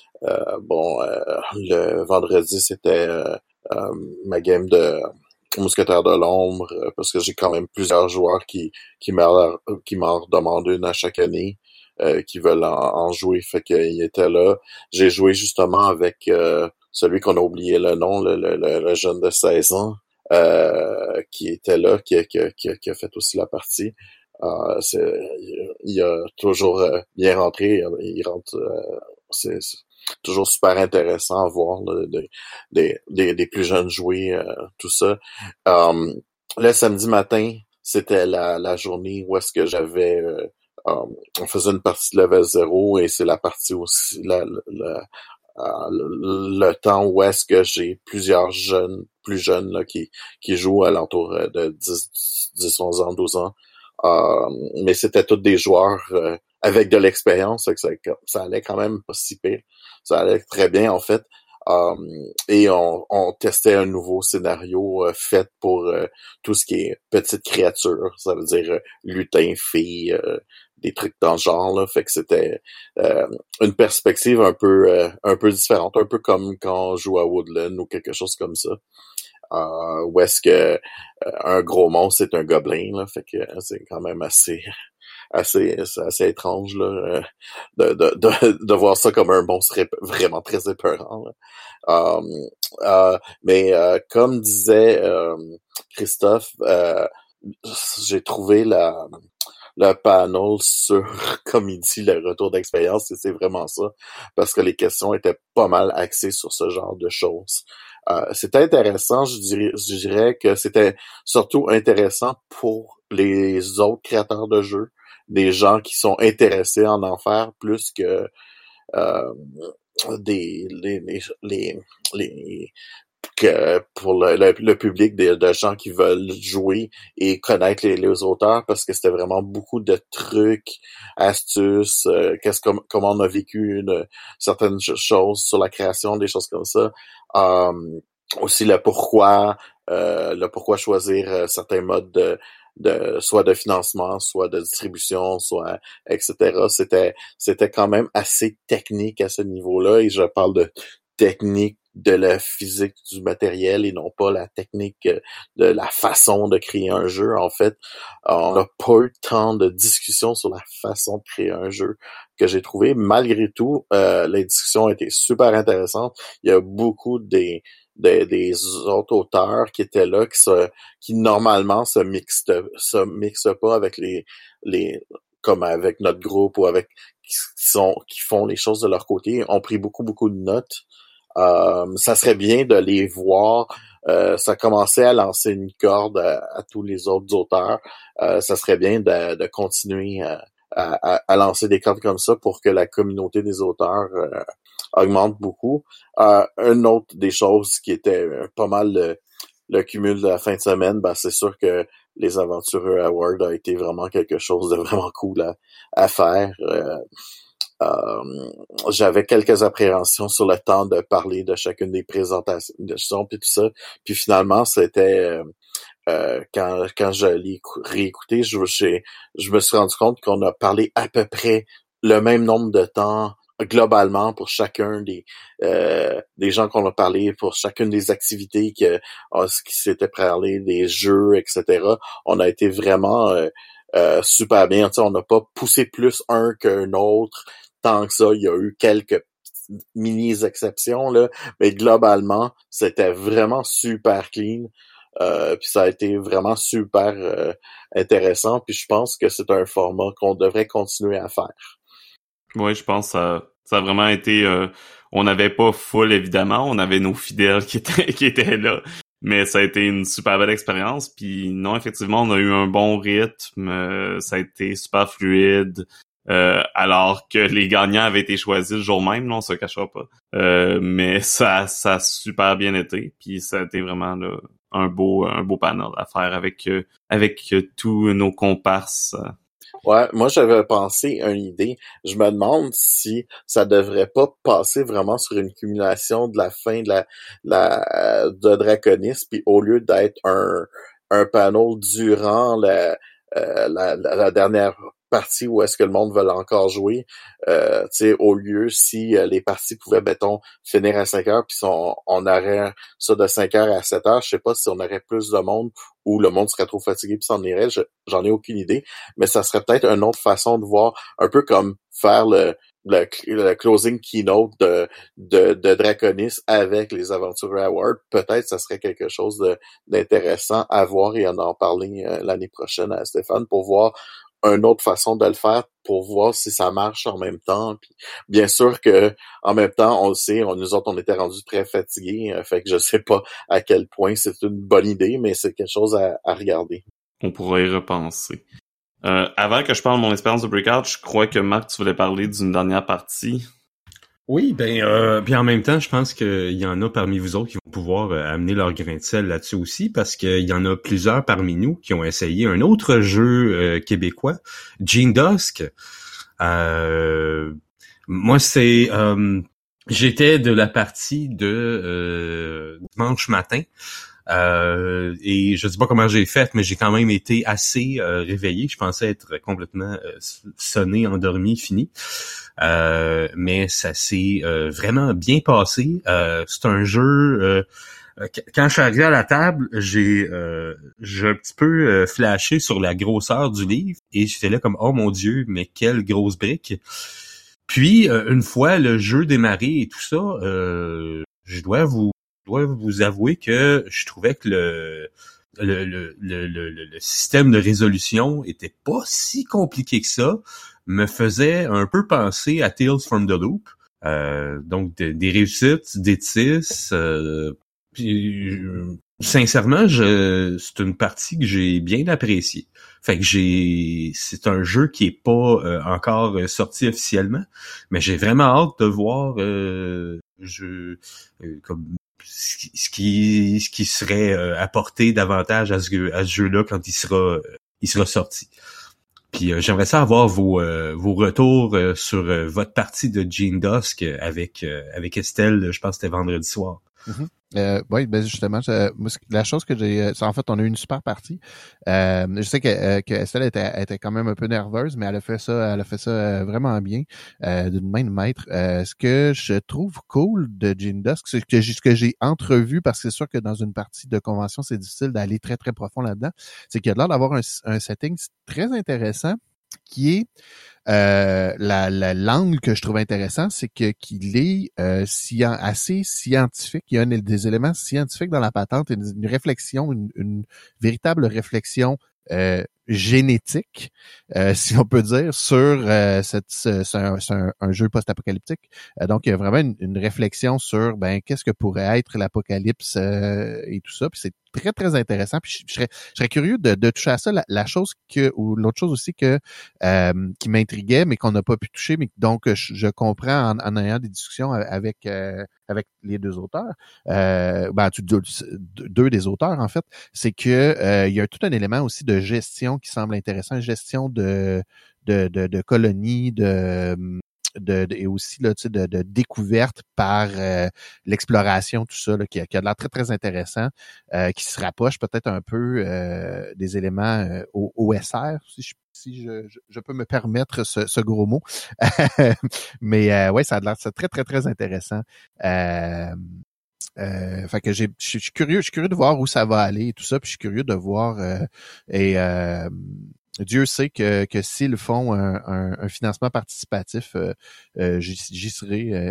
Le vendredi, c'était ma game de Mousquetaire de l'ombre, parce que j'ai quand même plusieurs joueurs qui m'en redemandent une à chaque année, qui veulent en jouer, fait qu'il était là. J'ai joué justement avec celui qu'on a oublié le nom, le jeune de 16 ans, qui était là, qui a fait aussi la partie. Il a toujours bien rentré, il rentre, c'est toujours super intéressant à voir là, des plus jeunes jouer, tout ça. Le samedi matin, c'était la journée où est-ce que j'avais on faisait une partie de level 0, et c'est la partie aussi le temps où est-ce que j'ai plusieurs plus jeunes là, qui jouent à l'entour de 10, 11 ans, 12 ans. Mais c'était tous des joueurs avec de l'expérience, ça allait quand même pas si pire. Ça allait très bien, en fait. Et on testait un nouveau scénario fait pour tout ce qui est petites créatures. Ça veut dire lutins, filles, des trucs dans le genre, là. Fait que c'était une perspective un peu différente, un peu comme quand on joue à Woodland ou quelque chose comme ça. Où est-ce que un gros monstre c'est un gobelin, là. Fait que c'est quand même assez étrange là, de voir ça comme un monstre vraiment très épeurant, là. Mais comme disait Christophe, j'ai trouvé le panel sur, comme il dit, le retour d'expérience, et c'est vraiment ça, parce que les questions étaient pas mal axées sur ce genre de choses. C'était intéressant, je dirais que c'était surtout intéressant pour les autres créateurs de jeux, des gens qui sont intéressés à en faire plus que que pour le public de gens qui veulent jouer et connaître les auteurs, parce que c'était vraiment beaucoup de trucs, astuces, comment on a vécu certaines choses sur la création, des choses comme ça. Aussi le pourquoi choisir certains modes de soit de financement, soit de distribution, soit etc. C'était quand même assez technique à ce niveau-là, et je parle de technique de la physique du matériel et non pas la technique de la façon de créer un jeu. En fait, on n'a pas eu tant de discussions sur la façon de créer un jeu que j'ai trouvé. Malgré tout, les discussions étaient super intéressantes. Il y a beaucoup des autres auteurs qui étaient là, qui normalement se mixent pas avec les comme avec notre groupe ou avec qui font les choses de leur côté, ont pris beaucoup de notes. Ça serait bien de les voir. Ça commençait à lancer une corde à tous les autres auteurs. Ça serait bien de continuer à lancer des cordes comme ça pour que la communauté des auteurs augmente beaucoup. Une autre des choses qui était pas mal le cumul de la fin de semaine, c'est sûr que les Aventureux Awards a été vraiment quelque chose de vraiment cool à faire. J'avais quelques appréhensions sur le temps de parler de chacune des présentations puis tout ça. Puis finalement, c'était quand je l'ai réécouté, je me suis rendu compte qu'on a parlé à peu près le même nombre de temps globalement pour chacun des gens qu'on a parlé, pour chacune des activités qui s'étaient parlé, des jeux, etc. On a été vraiment super bien. Tu sais, on n'a pas poussé plus un qu'un autre tant que ça. Il y a eu quelques mini-exceptions, là, mais globalement, c'était vraiment super clean. Puis ça a été vraiment super intéressant. Puis je pense que c'est un format qu'on devrait continuer à faire. Oui, je pense que ça a vraiment été... on n'avait pas full, évidemment. On avait nos fidèles qui étaient là. Mais ça a été une super belle expérience. Puis non, effectivement, on a eu un bon rythme. Ça a été super fluide. Alors que les gagnants avaient été choisis le jour même, là, on se cachera pas. Mais ça a super bien été. Puis ça a été vraiment là, un beau panel à faire avec tous nos comparses. Ouais, moi j'avais pensé à une idée. Je me demande si ça devrait pas passer vraiment sur une cumulation de la fin de Draconis, puis au lieu d'être un panel durant la dernière partie où est-ce que le monde veut encore jouer, tu sais, au lieu si les parties pouvaient, mettons, finir à 5 heures, puis on aurait ça de 5 heures à 7 heures, je sais pas si on aurait plus de monde ou le monde serait trop fatigué puis s'en irait, j'en ai aucune idée, mais ça serait peut-être une autre façon de voir, un peu comme faire le closing keynote de Draconis avec les Aventureux Awards. Peut-être ça serait quelque chose d'intéressant à voir et on en parler l'année prochaine à Stéphane pour voir une autre façon de le faire, pour voir si ça marche en même temps. Puis, bien sûr que en même temps, on le sait, nous autres, on était rendus très fatigués, fait que je sais pas à quel point c'est une bonne idée, mais c'est quelque chose à regarder. On pourrait y repenser. Avant que je parle de mon expérience de Breakout, je crois que Marc, tu voulais parler d'une dernière partie. Oui, puis en même temps, je pense qu'il y en a parmi vous autres qui vont pouvoir amener leur grain de sel là-dessus aussi, parce qu'il y en a plusieurs parmi nous qui ont essayé un autre jeu québécois, Gene Dusk. Moi, c'est... j'étais de la partie de dimanche matin. Et je sais pas comment j'ai fait, mais j'ai quand même été assez réveillé. Je pensais être complètement sonné, endormi, fini. Mais ça s'est vraiment bien passé. C'est un jeu... quand je suis arrivé à la table, j'ai un petit peu flashé sur la grosseur du livre et j'étais là comme « Oh mon Dieu, mais quelle grosse brique! » Puis, une fois le jeu démarré et tout ça, je dois vous avouer que je trouvais que le système de résolution était pas si compliqué que ça, me faisait un peu penser à Tales from the Loop. Donc des réussites, des tisses. Sincèrement, c'est une partie que j'ai bien appréciée. Fait que c'est un jeu qui est pas encore sorti officiellement, mais j'ai vraiment hâte de voir comme ce qui serait apporté davantage à ce jeu-là quand il sera sorti. Puis j'aimerais ça avoir vos retours sur votre partie de Gene Dusk avec Estelle, je pense que c'était vendredi soir. Oui, ben justement, moi, la chose que j'ai, c'est en fait, on a eu une super partie. Je sais que Estelle était quand même un peu nerveuse, mais elle a fait ça vraiment bien, d'une main de maître. Ce que je trouve cool de Gene Dusk, c'est que ce que j'ai entrevu, parce que c'est sûr que dans une partie de convention, c'est difficile d'aller très très profond là-dedans, c'est qu'il y a l'air d'avoir un setting très intéressant qui est l'angle que je trouve intéressant, c'est qu'il est assez scientifique. Il y a des éléments scientifiques dans la patente, une réflexion, une véritable réflexion génétique, si on peut dire, sur c'est un jeu post-apocalyptique. Donc, il y a vraiment une réflexion sur qu'est-ce que pourrait être l'apocalypse et tout ça. Puis c'est très, très intéressant. Puis je serais curieux de toucher à ça. La chose ou l'autre chose aussi qui m'intriguait, mais qu'on n'a pas pu toucher, mais donc je comprends en ayant des discussions avec les deux auteurs, deux des auteurs en fait, c'est que il y a tout un élément aussi de gestion qui semble intéressant, gestion de colonies, et aussi là, de découverte par l'exploration, tout ça, là, qui a l'air très, très intéressant, qui se rapproche peut-être un peu des éléments au OSR, si je peux me permettre ce gros mot. Mais ouais, ça a l'air très, très, très intéressant. Fait que je suis curieux de voir où ça va aller et tout ça, puis je suis curieux de voir Dieu sait que s'ils font un financement participatif, j'y serai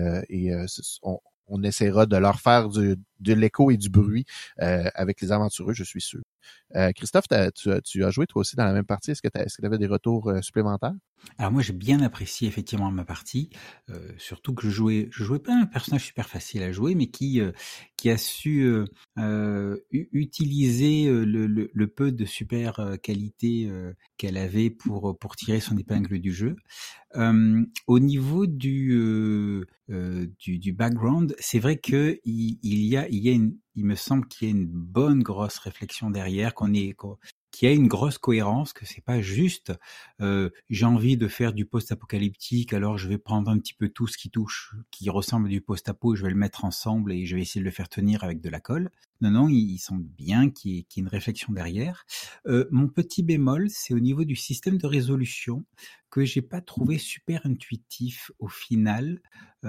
on essaiera de leur faire de l'écho et du bruit avec les aventureux, je suis sûr. Christophe, tu as joué toi aussi dans la même partie. Est-ce que tu avais des retours supplémentaires? Alors moi j'ai bien apprécié effectivement ma partie, surtout que je jouais pas un personnage super facile à jouer, mais qui a su utiliser le peu de super qualité qu'elle avait pour tirer son épingle du jeu. Au niveau du background, c'est vrai que il me semble qu'il y a une bonne grosse réflexion derrière, qu'il y a une grosse cohérence, que c'est pas juste j'ai envie de faire du post-apocalyptique, alors je vais prendre un petit peu tout ce qui ressemble à du post-apo, je vais le mettre ensemble et je vais essayer de le faire tenir avec de la colle. Non, il semble bien qu'il y ait une réflexion derrière. Mon petit bémol, c'est au niveau du système de résolution que j'ai pas trouvé super intuitif au final.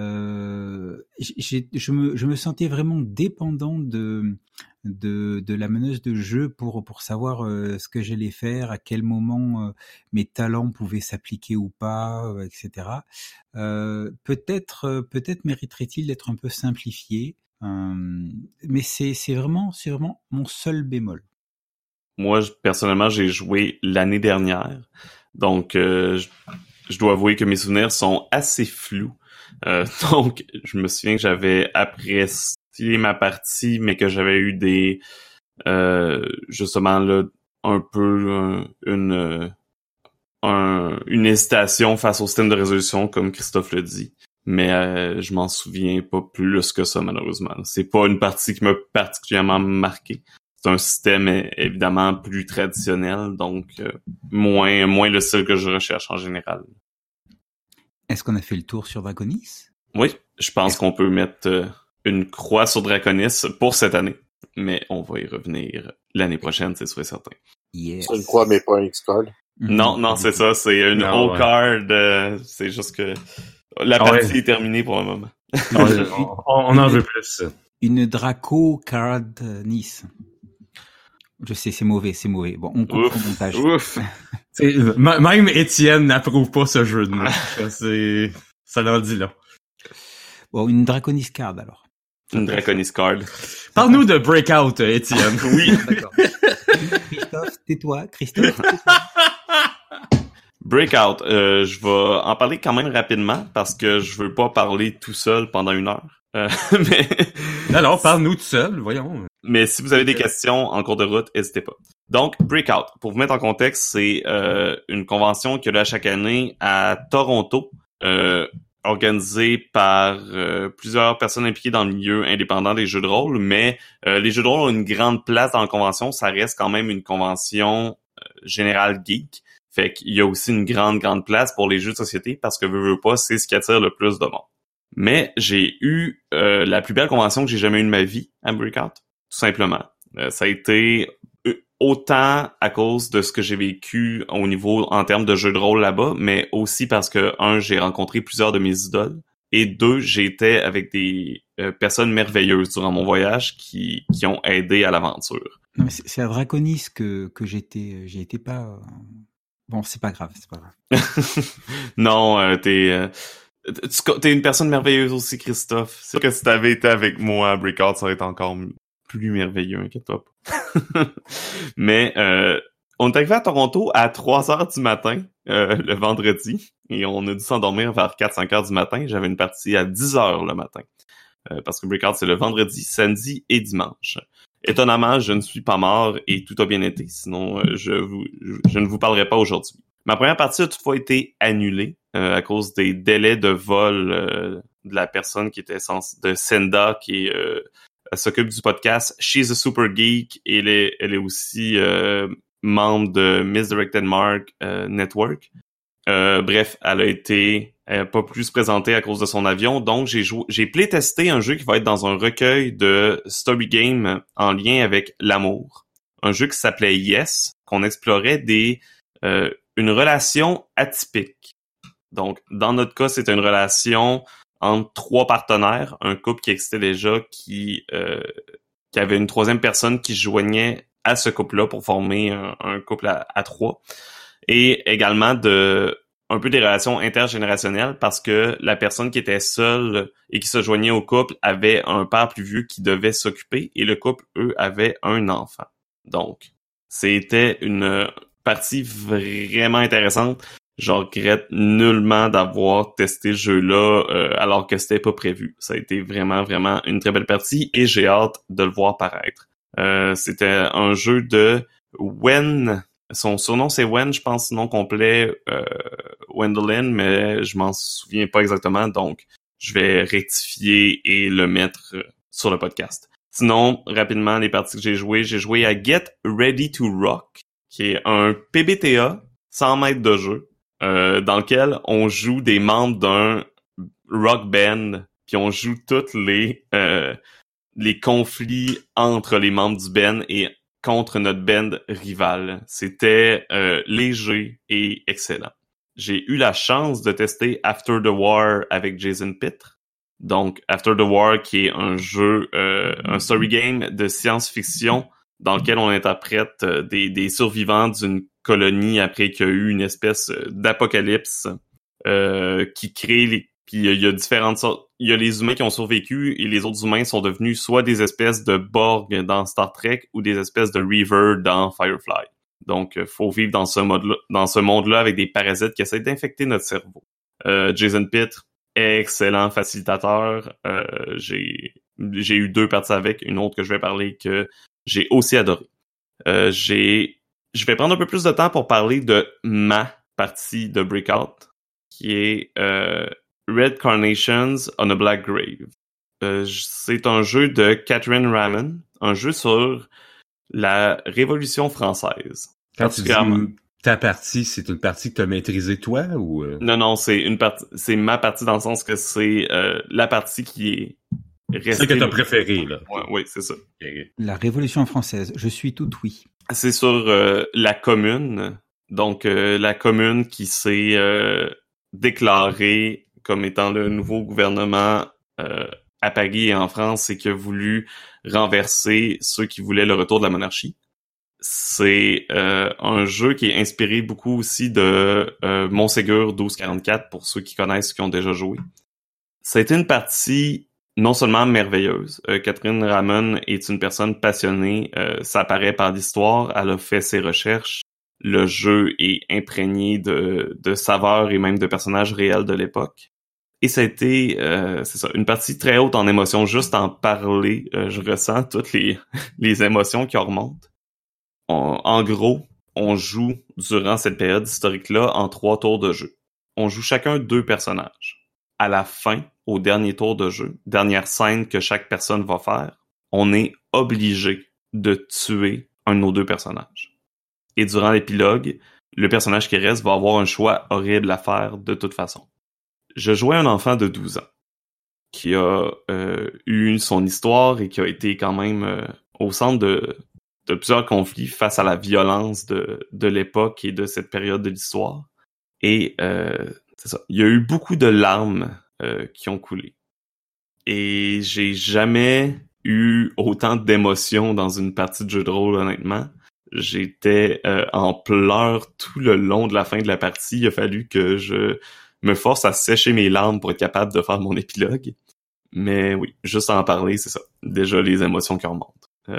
Je me sentais vraiment dépendant de la meneuse de jeu pour savoir ce que j'allais faire, à quel moment mes talents pouvaient s'appliquer ou pas, etc. Peut-être mériterait-il d'être un peu simplifié, mais c'est vraiment mon seul bémol. Moi, personnellement, j'ai joué l'année dernière, donc je dois avouer que mes souvenirs sont assez flous. Donc, je me souviens que j'avais apprécié ma partie, mais que j'avais eu justement là un peu une hésitation face au système de résolution, comme Christophe le dit. Mais je m'en souviens pas plus que ça, malheureusement. C'est pas une partie qui m'a particulièrement marqué. C'est un système évidemment plus traditionnel, donc moins le style que je recherche en général. Est-ce qu'on a fait le tour sur Draconis? Oui, je pense qu'on peut mettre une croix sur Draconis pour cette année, mais on va y revenir l'année prochaine, c'est sûr et certain. Yes. C'est une croix, mais pas un X-card. Non, c'est ça, c'est une O-card, c'est juste que la partie est terminée pour le moment. On en veut plus. Une Draco Card Nice. Je sais, c'est mauvais. Bon, on coupe le montage. Ouf. Même Étienne n'approuve pas ce jeu de mots. Ça leur dit là. Bon, une Draconis Card alors. Une Draconis Card. Parle-nous de Breakout, Étienne. Oui. D'accord. Christophe, tais-toi. Breakout, je vais en parler quand même rapidement parce que je veux pas parler tout seul pendant 1 heure. Mais... Non, parle-nous tout seul, voyons. Mais si vous avez des questions en cours de route, n'hésitez pas. Donc, Breakout, pour vous mettre en contexte, c'est une convention qu'il y a chaque année à Toronto, organisée par plusieurs personnes impliquées dans le milieu indépendant des jeux de rôle, mais les jeux de rôle ont une grande place dans la convention, ça reste quand même une convention générale geek. Fait qu'il y a aussi une grande place pour les jeux de société parce que veux pas, c'est ce qui attire le plus de monde. Mais j'ai eu la plus belle convention que j'ai jamais eue de ma vie à Breakout, tout simplement. Ça a été autant à cause de ce que j'ai vécu au niveau en termes de jeu de rôle là-bas, mais aussi parce que, j'ai rencontré plusieurs de mes idoles, et 2, j'étais avec des personnes merveilleuses durant mon voyage qui ont aidé à l'aventure. Non, mais c'est à Draconis que j'y étais pas. Bon, c'est pas grave. Non, t'es une personne merveilleuse aussi, Christophe. C'est sûr que si t'avais été avec moi à Breakout, ça aurait été encore plus merveilleux, inquiète-toi pas. Mais on est arrivé à Toronto à 3h du matin, le vendredi, et on a dû s'endormir vers 4-5h du matin. J'avais une partie à 10h le matin, parce que Breakout, c'est le vendredi, samedi et dimanche. Étonnamment, je ne suis pas mort et tout a bien été, sinon je ne vous parlerai pas aujourd'hui. Ma première partie a toutefois été annulée à cause des délais de vol de la personne qui était de Senda, qui est elle s'occupe du podcast She's a Super Geek, et elle est aussi membre de Misdirected Mark Network. Bref, elle a pas pu se présenter à cause de son avion, donc j'ai playtesté un jeu qui va être dans un recueil de story game en lien avec l'amour. Un jeu qui s'appelait Yes, qu'on explorait une relation atypique. Donc, dans notre cas, c'était une relation entre 3 partenaires, un couple qui existait déjà, qui avait une 3e personne qui se joignait à ce couple-là pour former un couple à 3. Et également un peu des relations intergénérationnelles, parce que la personne qui était seule et qui se joignait au couple avait un père plus vieux qui devait s'occuper, et le couple, eux, avait un enfant. Donc, c'était une partie vraiment intéressante. Je regrette nullement d'avoir testé le jeu-là alors que c'était pas prévu. Ça a été vraiment, vraiment une très belle partie, et j'ai hâte de le voir paraître. C'était un jeu de Wen. Son surnom, c'est Wen, je pense, nom complet, Wendelin, mais je m'en souviens pas exactement, donc je vais rectifier et le mettre sur le podcast. Sinon, rapidement, les parties que j'ai joué à Get Ready to Rock, qui est un PBTA 100 mètres de jeu, dans lequel on joue des membres d'un rock band, puis on joue toutes les conflits entre les membres du band et contre notre band rival. C'était léger et excellent. J'ai eu la chance de tester After the War avec Jason Pitre. Donc, After the War, qui est un jeu, un story game de science-fiction dans lequel on interprète des survivants d'une colonie après qu'il y a eu une espèce d'apocalypse qui crée puis il y a différentes sortes. Il y a les humains qui ont survécu, et les autres humains sont devenus soit des espèces de Borg dans Star Trek ou des espèces de Reaver dans Firefly. Donc, faut vivre dans ce monde-là avec des parasites qui essaient d'infecter notre cerveau. Jason Pitre, excellent facilitateur. J'ai eu 2 parties avec, une autre que je vais parler que j'ai aussi adoré. Je vais prendre un peu plus de temps pour parler de ma partie de Breakout, qui est Red Carnations on a Black Grave. C'est un jeu de Catherine Ramin, un jeu sur la Révolution française. Quand tu dis ta partie, c'est une partie que tu as maîtrisée toi ou Non, c'est ma partie dans le sens que c'est la partie qui est restée. Celle que t'as préférée, là. Oui, c'est ça. Okay. La Révolution française, je suis tout oui. C'est sur la commune. Donc, la commune qui s'est déclarée comme étant le nouveau gouvernement à Paris et en France, et qui a voulu renverser ceux qui voulaient le retour de la monarchie. C'est un jeu qui est inspiré beaucoup aussi de Montségur 1244, pour ceux qui connaissent, qui ont déjà joué. Ça a été une partie non seulement merveilleuse. Catherine Ramon est une personne passionnée. Ça apparaît par l'histoire. Elle a fait ses recherches. Le jeu est imprégné de saveurs et même de personnages réels de l'époque. Et ça a été, c'est ça, une partie très haute en émotions. Juste en parler, je ressens toutes les émotions qui en remontent. En gros, on joue durant cette période historique-là en 3 tours de jeu. On joue chacun 2 personnages. À la fin, au dernier tour de jeu, dernière scène que chaque personne va faire, on est obligé de tuer un de nos 2 personnages. Et durant l'épilogue, le personnage qui reste va avoir un choix horrible à faire de toute façon. Je jouais un enfant de 12 ans. qui a eu son histoire et qui a été quand même au centre de plusieurs conflits face à la violence de l'époque et de cette période de l'histoire. Et c'est ça. Il y a eu beaucoup de larmes qui ont coulé. Et j'ai jamais eu autant d'émotions dans une partie de jeu de rôle, honnêtement. J'étais en pleurs tout le long de la fin de la partie. Il a fallu que je me force à sécher mes larmes pour être capable de faire mon épilogue. Mais oui, juste à en parler, c'est ça. Déjà, les émotions qui remontent.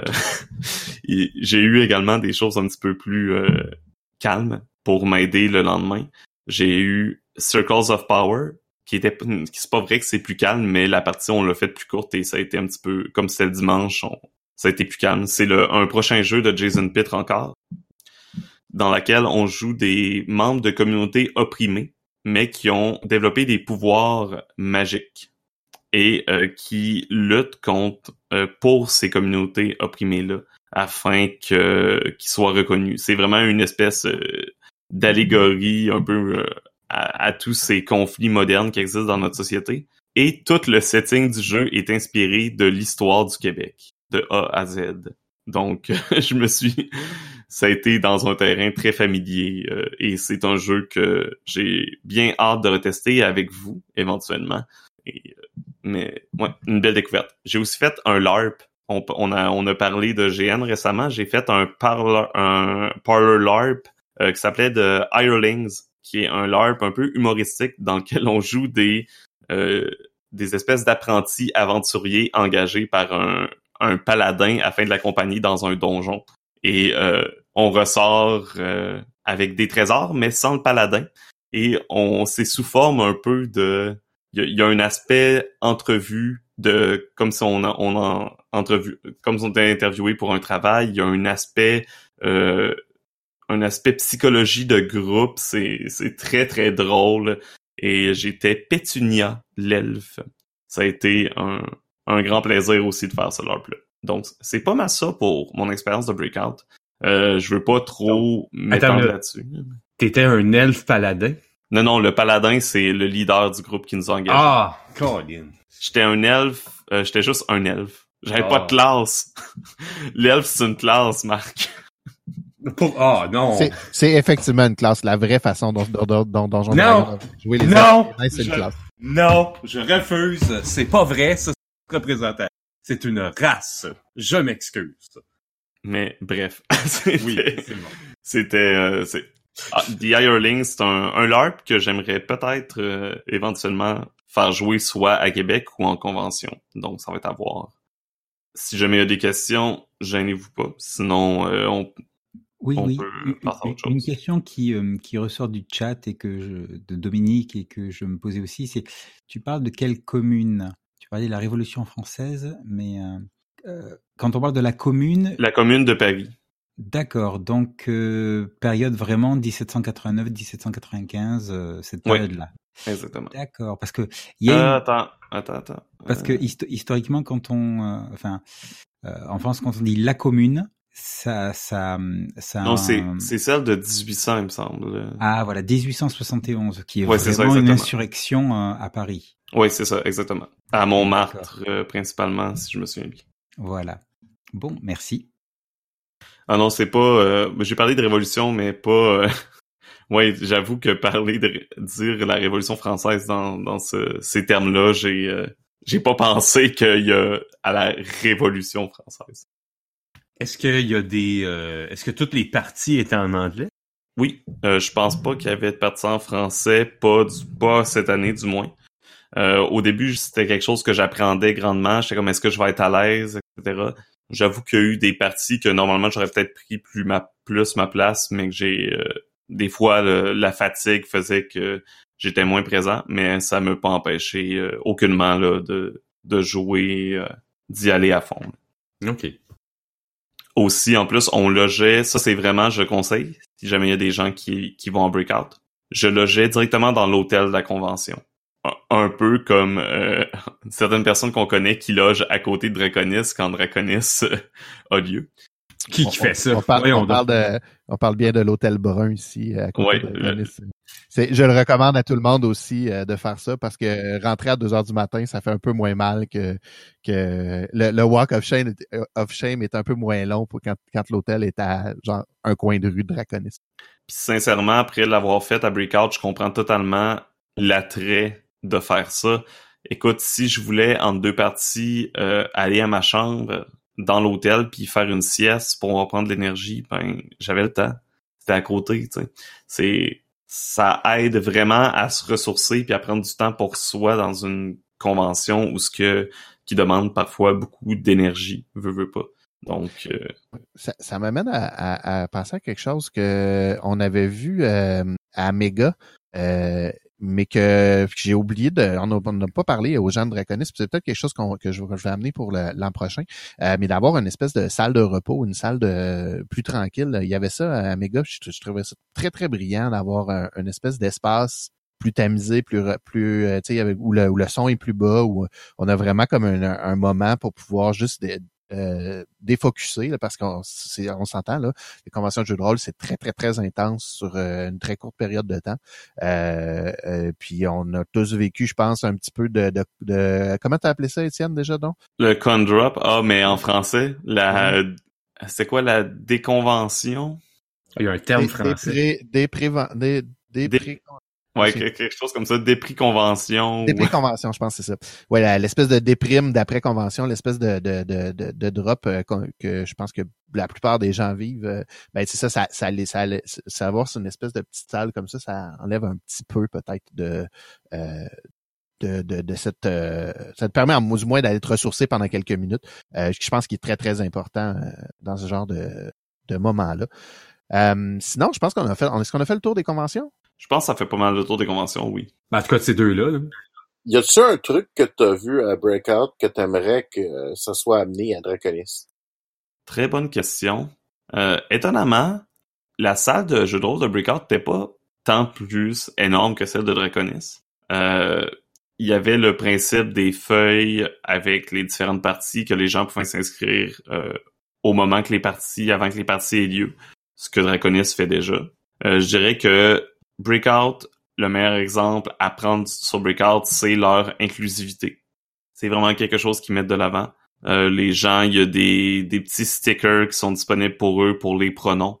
J'ai eu également des choses un petit peu plus calmes pour m'aider le lendemain. J'ai eu Circles of Power, qui c'est pas vrai que c'est plus calme, mais la partie, on l'a fait plus courte et ça a été un petit peu, comme c'était le dimanche, ça a été plus calme. C'est un prochain jeu de Jason Pitre encore, dans laquelle on joue des membres de communautés opprimées, mais qui ont développé des pouvoirs magiques et qui luttent pour ces communautés opprimées-là afin qu'ils soient reconnus. C'est vraiment une espèce d'allégorie un peu à tous ces conflits modernes qui existent dans notre société. Et tout le setting du jeu est inspiré de l'histoire du Québec, de A à Z. Donc, ça a été dans un terrain très familier et c'est un jeu que j'ai bien hâte de retester avec vous, éventuellement. Mais ouais, une belle découverte. J'ai aussi fait un LARP. On a parlé de GN récemment. J'ai fait un parlor LARP qui s'appelait The Hirelings, qui est un LARP un peu humoristique dans lequel on joue des espèces d'apprentis aventuriers engagés par un paladin afin de l'accompagner dans un donjon. Et on ressort avec des trésors, mais sans le paladin. Et c'est sous forme un peu de... Il y a un aspect entrevue comme si on entrevue, comme si on était interviewé pour un travail. Il y a un aspect psychologie de groupe. C'est très très drôle. Et j'étais Pétunia, l'elfe. Ça a été un grand plaisir aussi de faire ce LARP-là. Donc c'est pas mal ça pour mon expérience de Breakout. Je veux pas trop m'étendre là-dessus. T'étais un elfe paladin? Non, le paladin, c'est le leader du groupe qui nous a engagés. Ah, Colin. J'étais un elfe, j'étais juste un elfe. J'avais pas de classe. L'elfe, c'est une classe, Marc. Non. C'est effectivement une classe, la vraie façon dont Donjon Dragon jouer les elfes, c'est une classe. Non, je refuse. C'est pas vrai, ça, c'est représentant. C'est une race. Je m'excuse. Mais bref. Oui, c'est bon. C'était... The Hirelings, c'est un LARP que j'aimerais peut-être éventuellement faire jouer soit à Québec ou en convention. Donc, ça va être à voir. Si jamais il y a des questions, gênez-vous pas. Sinon, on peut passer à autre chose. Une question qui ressort du chat et de Dominique et que je me posais aussi, c'est tu parles de quelle commune? Tu parlais de la Révolution française, mais quand on parle de la commune... La commune de Paris. D'accord, donc période vraiment 1789-1795, cette période-là. Oui, exactement. D'accord, parce que il y a Attends. Parce que historiquement, quand en France, quand on dit la commune, ça. Non, c'est celle de 1800, il me semble. Ah voilà, 1871, qui est ouais, vraiment une insurrection à Paris. Oui, c'est ça, exactement. À Montmartre, principalement, si je me souviens bien. Voilà. Bon, merci. Ah non, c'est pas... j'ai parlé de révolution, mais pas... ouais, j'avoue que dire la Révolution française dans ces termes-là, j'ai pas pensé qu'il y a à la Révolution française. Est-ce qu'il y a est-ce que toutes les parties étaient en anglais? Oui, je pense pas qu'il y avait de parties en français, pas cette année du moins. Au début, c'était quelque chose que j'appréhendais grandement. J'étais comme, est-ce que je vais être à l'aise, etc. J'avoue qu'il y a eu des parties que normalement j'aurais peut-être pris plus ma place, mais que des fois la fatigue faisait que j'étais moins présent, mais ça m'a pas empêché aucunement là de jouer, d'y aller à fond. OK. Aussi, en plus, on logeait, ça c'est vraiment, je conseille, si jamais il y a des gens qui vont en breakout, je logeais directement dans l'hôtel de la convention. Un peu comme certaines personnes qu'on connaît qui logent à côté de Draconis quand Draconis a lieu. Qui fait ça? On parle bien de l'hôtel Brun ici, à côté de Draconis. Je le recommande à tout le monde aussi de faire ça parce que rentrer à 2 heures du matin, ça fait un peu moins mal que le walk of shame est un peu moins long pour quand l'hôtel est à genre un coin de rue de Draconis. Puis sincèrement, après l'avoir fait à Breakout, je comprends totalement l'attrait de faire ça. Écoute, si je voulais, entre 2 parties, aller à ma chambre dans l'hôtel puis faire une sieste pour reprendre de l'énergie, ben j'avais le temps. C'était à côté, tu sais. Ça aide vraiment à se ressourcer puis à prendre du temps pour soi dans une convention qui demande parfois beaucoup d'énergie, veux pas. Donc ça m'amène à penser à quelque chose que on avait vu à Mega, mais que j'ai oublié on n'a pas parlé aux gens de Draconis, c'est peut-être quelque chose que je vais amener pour l'an prochain, mais d'avoir une espèce de salle de repos, une salle plus tranquille. Il y avait ça à Mega, je trouvais ça très très brillant d'avoir une espèce d'espace plus tamisé, plus tu sais, où le son est plus bas, où on a vraiment comme un moment pour pouvoir juste défocusser, là, parce qu'on s'entend, là, les conventions de jeux de rôle, c'est très, très, très intense sur une très courte période de temps. Puis on a tous vécu, je pense, un petit peu de comment t'as appelé ça, Étienne, déjà, donc? Le con drop, mais en français, c'est quoi la déconvention? Il y a un terme français. Ouais, quelque chose comme ça, dépris-convention. Dépris-convention, je pense que c'est ça. Ouais, l'espèce de déprime d'après-convention, l'espèce de drop que je pense que la plupart des gens vivent. Ben c'est ça avoir une espèce de petite salle comme ça enlève un petit peu peut-être de cette ça te permet du moins d'aller te ressourcer pendant quelques minutes. Je pense qu'il est très, très important dans ce genre de moment-là. Sinon, je pense est-ce qu'on a fait le tour des conventions? Je pense que ça fait pas mal le tour des conventions, oui. Ben, en tout cas, de ces deux-là. Y a-tu un truc que t'as vu à Breakout que t'aimerais que ça soit amené à Draconis? Très bonne question. Étonnamment, la salle de jeux de rôle de Breakout n'était pas tant plus énorme que celle de Draconis. Il y avait le principe des feuilles avec les différentes parties que les gens pouvaient s'inscrire au moment avant que les parties aient lieu, ce que Draconis fait déjà. Je dirais que Breakout, le meilleur exemple à prendre sur Breakout, c'est leur inclusivité. C'est vraiment quelque chose qu'ils mettent de l'avant. Les gens, il y a des petits stickers qui sont disponibles pour eux pour les pronoms.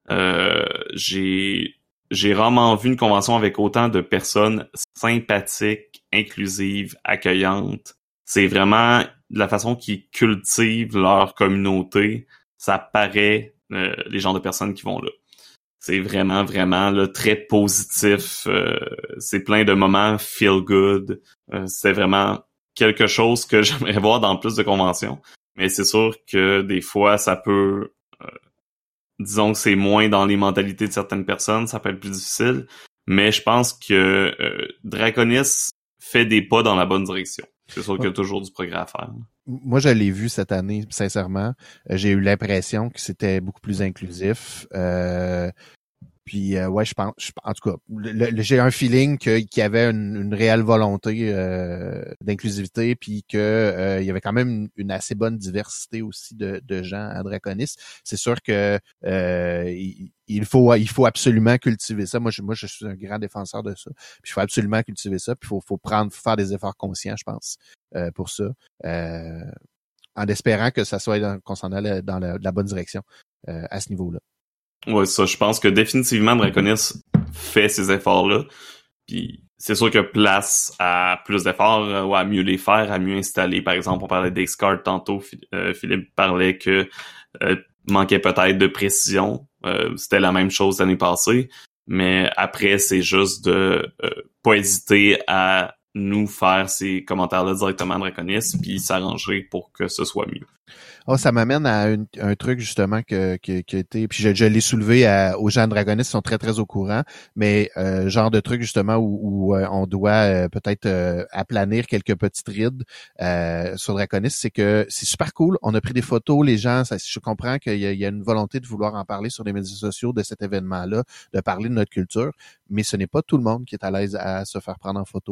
J'ai rarement vu une convention avec autant de personnes sympathiques, inclusives, accueillantes. C'est vraiment de la façon qu'ils cultivent leur communauté. Ça paraît les genres de personnes qui vont là. C'est vraiment, vraiment là, très positif. C'est plein de moments feel good. C'était vraiment quelque chose que j'aimerais voir dans plus de conventions. Mais c'est sûr que des fois, ça peut... disons que c'est moins dans les mentalités de certaines personnes. Ça peut être plus difficile. Mais je pense que Draconis fait des pas dans la bonne direction. C'est sûr qu'il y a toujours du progrès à faire. Moi, je l'ai vu cette année, sincèrement. J'ai eu l'impression que c'était beaucoup plus inclusif. Puis ouais, je pense, en tout cas, j'ai un feeling qu'il y avait une réelle volonté d'inclusivité, puis que il y avait quand même une assez bonne diversité aussi de gens à Draconis. C'est sûr que il faut absolument cultiver ça. Moi, je suis un grand défenseur de ça. Puis il faut absolument cultiver ça. Puis faut faire des efforts conscients, je pense, pour ça, en espérant que ça soit qu'on s'en aille dans la bonne direction à ce niveau-là. Ouais, ça, je pense que définitivement Draconis fait ces efforts-là. Puis c'est sûr que place à plus d'efforts, ou à mieux les faire, à mieux installer. Par exemple, on parlait d'X-Card tantôt. Philippe parlait que manquait peut-être de précision. C'était la même chose l'année passée. Mais après, c'est juste de pas hésiter à nous faire ces commentaires-là directement à Draconis, puis s'arranger pour que ce soit mieux. Oh, ça m'amène à un truc justement qui a été, puis je l'ai soulevé aux gens de Draconis, ils sont très très au courant, mais genre de truc justement où on doit peut-être aplanir quelques petites rides sur Draconis, c'est que c'est super cool. On a pris des photos, les gens, je comprends qu'il y a une volonté de vouloir en parler sur les médias sociaux de cet événement-là, de parler de notre culture, mais ce n'est pas tout le monde qui est à l'aise à se faire prendre en photo.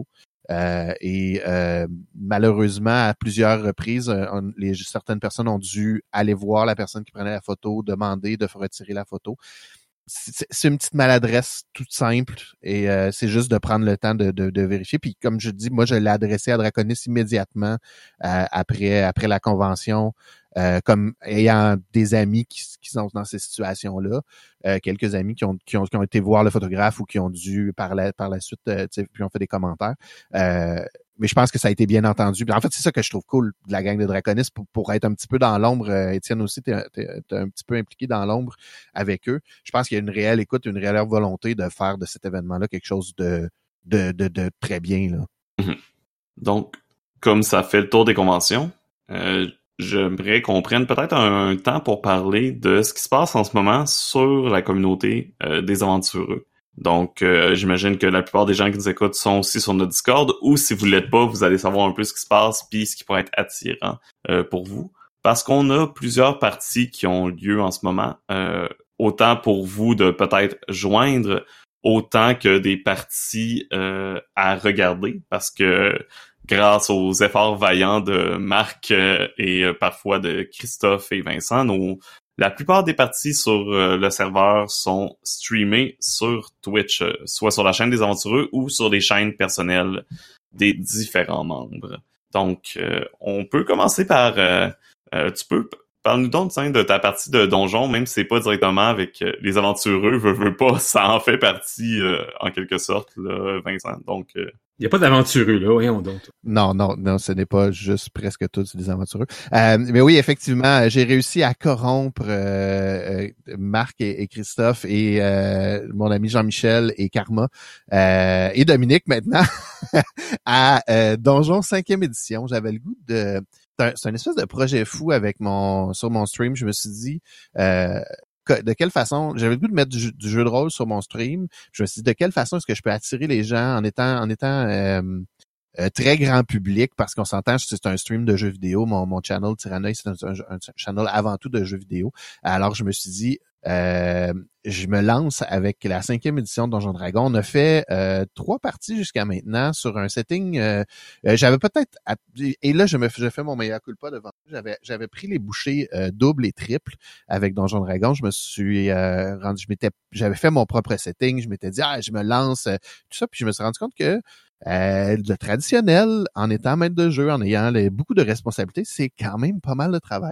Et malheureusement, à plusieurs reprises, certaines personnes ont dû aller voir la personne qui prenait la photo, demander de retirer la photo. C'est une petite maladresse toute simple et c'est juste de prendre le temps de vérifier. Puis comme je dis, moi je l'ai adressé à Draconis immédiatement après la convention, comme ayant des amis qui sont dans ces situations-là, quelques amis qui ont été voir le photographe ou qui ont dû par la suite, puis ont fait des commentaires. Mais je pense que ça a été bien entendu. En fait, c'est ça que je trouve cool de la gang de Draconis pour être un petit peu dans l'ombre. Étienne aussi, t'es un petit peu impliqué dans l'ombre avec eux. Je pense qu'il y a une réelle écoute, une réelle volonté de faire de cet événement-là quelque chose de très bien, là. Donc, comme ça fait le tour des conventions, j'aimerais qu'on prenne peut-être un temps pour parler de ce qui se passe en ce moment sur la communauté des aventureux. Donc, j'imagine que la plupart des gens qui nous écoutent sont aussi sur notre Discord, ou si vous l'êtes pas, vous allez savoir un peu ce qui se passe puis ce qui pourrait être attirant pour vous. Parce qu'on a plusieurs parties qui ont lieu en ce moment, autant pour vous de peut-être joindre, autant que des parties à regarder, parce que grâce aux efforts vaillants de Marc et parfois de Christophe et Vincent, la plupart des parties sur le serveur sont streamées sur Twitch, soit sur la chaîne des aventureux ou sur les chaînes personnelles des différents membres. Donc, on peut commencer par... Parle-nous donc de ta partie de donjon, même si c'est pas directement avec les aventureux, veux pas, ça en fait partie en quelque sorte, là, Vincent. Donc... Il n'y a pas d'aventureux, là, voyons donc. Non, ce n'est pas juste presque tous des aventureux. Mais oui, effectivement, j'ai réussi à corrompre Marc et Christophe et mon ami Jean-Michel et Karma et Dominique maintenant à Donjon 5e édition. J'avais le goût de... C'est un espèce de projet fou sur mon stream. Je me suis dit... de quelle façon, j'avais le goût de mettre du jeu de rôle sur mon stream. Je me suis dit, de quelle façon est-ce que je peux attirer les gens en étant très grand public, parce qu'on s'entend, c'est un stream de jeux vidéo. Mon channel Tyrannoï, c'est un channel avant tout de jeux vidéo. Alors, je me suis dit, je me lance avec la 5e édition de Donjons Dragons. On a fait 3 parties jusqu'à maintenant sur un setting. J'avais peut-être... Et là, je fais mon mea culpa devant. J'avais pris les bouchées double et triple avec Donjons Dragons. Je me suis rendu... J'avais fait mon propre setting. Je m'étais dit, je me lance, tout ça. Puis je me suis rendu compte que le traditionnel, en étant maître de jeu, en ayant beaucoup de responsabilités, c'est quand même pas mal de travail.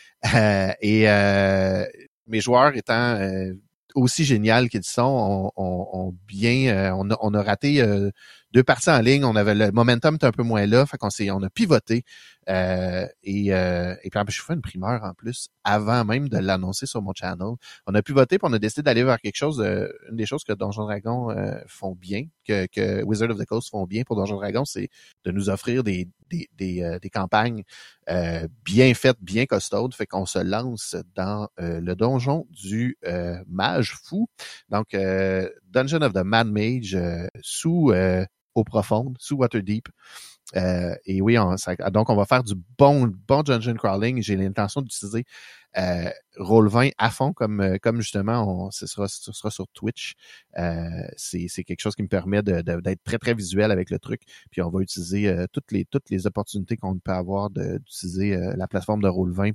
Mes joueurs étant aussi génial qu'ils sont, on a raté 2 parties en ligne. On avait le momentum était un peu moins là, fait on a pivoté et puis je fais une primeur en plus avant même de l'annoncer sur mon channel. On a pivoté puis on a décidé d'aller vers quelque chose. Une des choses que Donjons Dragons font bien, que Wizards of the Coast font bien pour Donjons Dragons, c'est de nous offrir des campagnes bien faites, bien costaudes. Fait qu'on se lance dans le donjon du mage fou. Donc Dungeon of the Mad Mage sous eau profonde, sous Waterdeep. Et oui, donc on va faire du bon dungeon crawling. J'ai l'intention d'utiliser Roll20 à fond, comme justement ce sera sur Twitch. C'est quelque chose qui me permet d'être très très visuel avec le truc. Puis on va utiliser toutes les opportunités qu'on peut avoir d'utiliser la plateforme de Roll20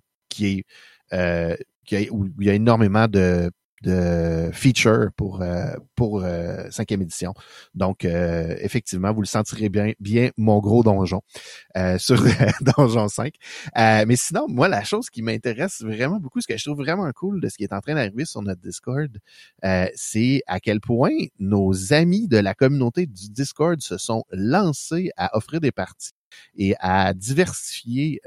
où il y a énormément de feature pour 5e édition. Donc, effectivement, vous le sentirez bien mon gros donjon sur Donjon 5. Mais sinon, moi, la chose qui m'intéresse vraiment beaucoup, ce que je trouve vraiment cool de ce qui est en train d'arriver sur notre Discord, c'est à quel point nos amis de la communauté du Discord se sont lancés à offrir des parties et à diversifier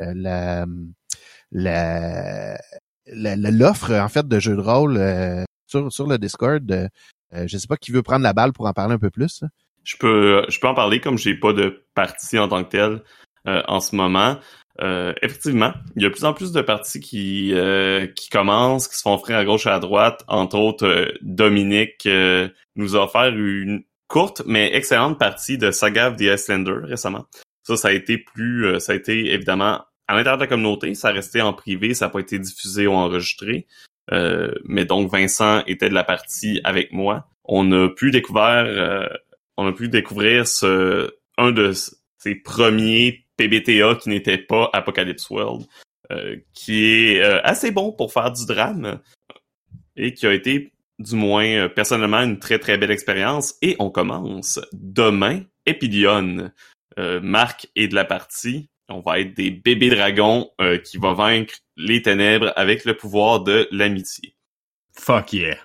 l'offre en fait de jeux de rôle sur le Discord. Je sais pas qui veut prendre la balle pour en parler un peu plus. Je peux en parler comme j'ai pas de partie en tant que telle en ce moment. Effectivement, il y a de plus en plus de parties qui commencent, qui se font offrir à gauche et à droite. Entre autres, Dominique nous a offert une courte mais excellente partie de Saga of the Icelander récemment. Ça a été évidemment à l'intérieur de la communauté, ça restait en privé, ça n'a pas été diffusé ou enregistré. Mais donc Vincent était de la partie avec moi. On a pu découvrir un de ses premiers PBTA qui n'était pas Apocalypse World, qui est assez bon pour faire du drame et qui a été, du moins personnellement, une très très belle expérience. Et on commence demain, Epilion. Marc est de la partie. On va être des bébés dragons qui vont vaincre les ténèbres avec le pouvoir de l'amitié. Fuck yeah!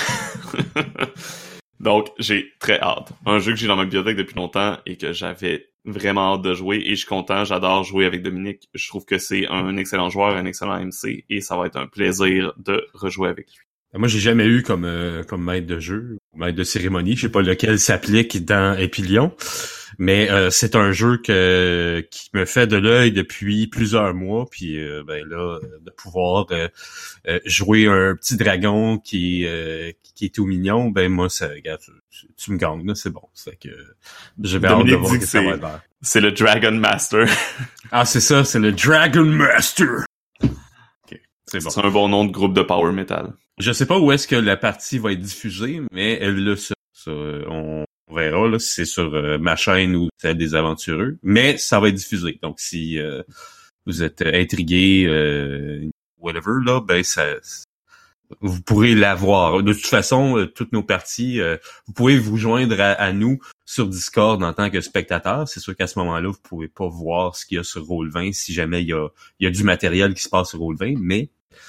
Donc, j'ai très hâte. Un jeu que j'ai dans ma bibliothèque depuis longtemps et que j'avais vraiment hâte de jouer et je suis content, j'adore jouer avec Dominique. Je trouve que c'est un excellent joueur, un excellent MC et ça va être un plaisir de rejouer avec lui. Moi, j'ai jamais eu comme maître de jeu, maître de cérémonie, je sais pas lequel s'applique dans Epilion, mais c'est un jeu qui me fait de l'œil depuis plusieurs mois, puis de pouvoir jouer un petit dragon qui est tout mignon, moi ça, regarde, tu me gagnes là, c'est bon, c'est que j'ai hâte de voir que ça va être. C'est le Dragon Master. Ah, c'est ça, c'est le Dragon Master. Okay. C'est bon. C'est un bon nom de groupe de power metal. Je sais pas où est-ce que la partie va être diffusée, mais elle le sera. On verra là, si c'est sur ma chaîne ou celle des aventureux. Mais ça va être diffusé. Donc si vous êtes intrigué, whatever, là, vous pourrez la voir. De toute façon, toutes nos parties, vous pouvez vous joindre à nous sur Discord en tant que spectateur. C'est sûr qu'à ce moment-là, vous pouvez pas voir ce qu'il y a sur Roll20 si jamais il y a du matériel qui se passe sur Roll20, mais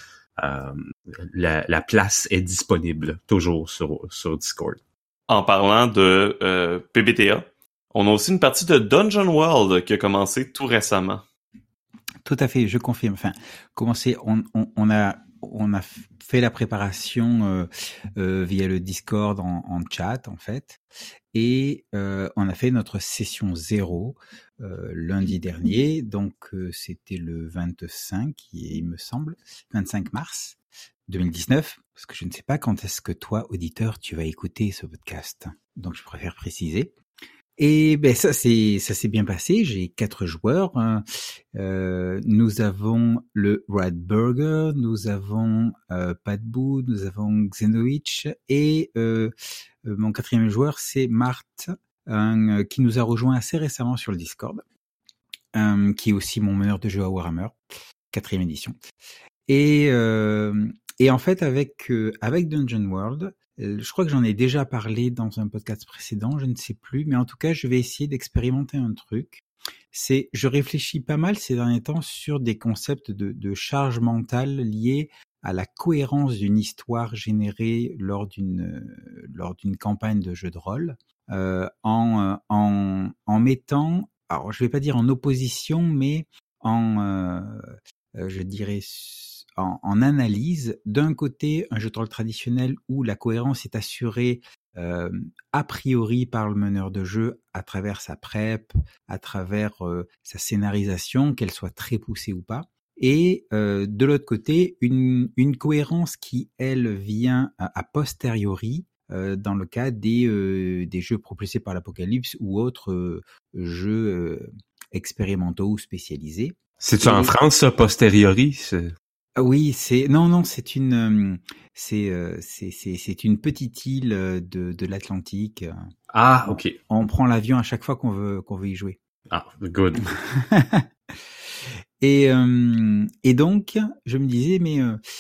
la place est disponible toujours sur Discord. En parlant de PBTA, on a aussi une partie de Dungeon World qui a commencé tout récemment. Tout à fait, je confirme. Enfin, on a fait la préparation via le Discord en chat en fait, et on a fait notre session 0 lundi dernier, donc c'était le 25, il me semble, 25 mars 2019, parce que je ne sais pas quand est-ce que toi, auditeur, tu vas écouter ce podcast, donc je préfère préciser. Et ça s'est bien passé. J'ai 4 joueurs. Nous avons le Radburger, nous avons Padboo, nous avons Xenoich et mon 4e joueur c'est Marthe, qui nous a rejoint assez récemment sur le Discord, qui est aussi mon meneur de jeu à Warhammer 4e édition. Et en fait avec Dungeon World, je crois que j'en ai déjà parlé dans un podcast précédent, je ne sais plus, mais en tout cas, je vais essayer d'expérimenter un truc. Je réfléchis pas mal ces derniers temps sur des concepts de charge mentale liés à la cohérence d'une histoire générée lors d'une campagne de jeu de rôle, en mettant, alors je vais pas dire en opposition, mais je dirais en analyse, d'un côté, un jeu de rôle traditionnel où la cohérence est assurée a priori par le meneur de jeu à travers sa prep, à travers sa scénarisation, qu'elle soit très poussée ou pas. Et de l'autre côté, une cohérence qui, elle, vient a posteriori dans le cas des jeux propulsés par l'Apocalypse ou autres jeux expérimentaux ou spécialisés. C'est-tu en France, ça, posteriori? Oui, c'est une petite île de l'Atlantique. Ah, ok. On prend l'avion à chaque fois qu'on veut y jouer. Ah, good. Et donc je me disais mais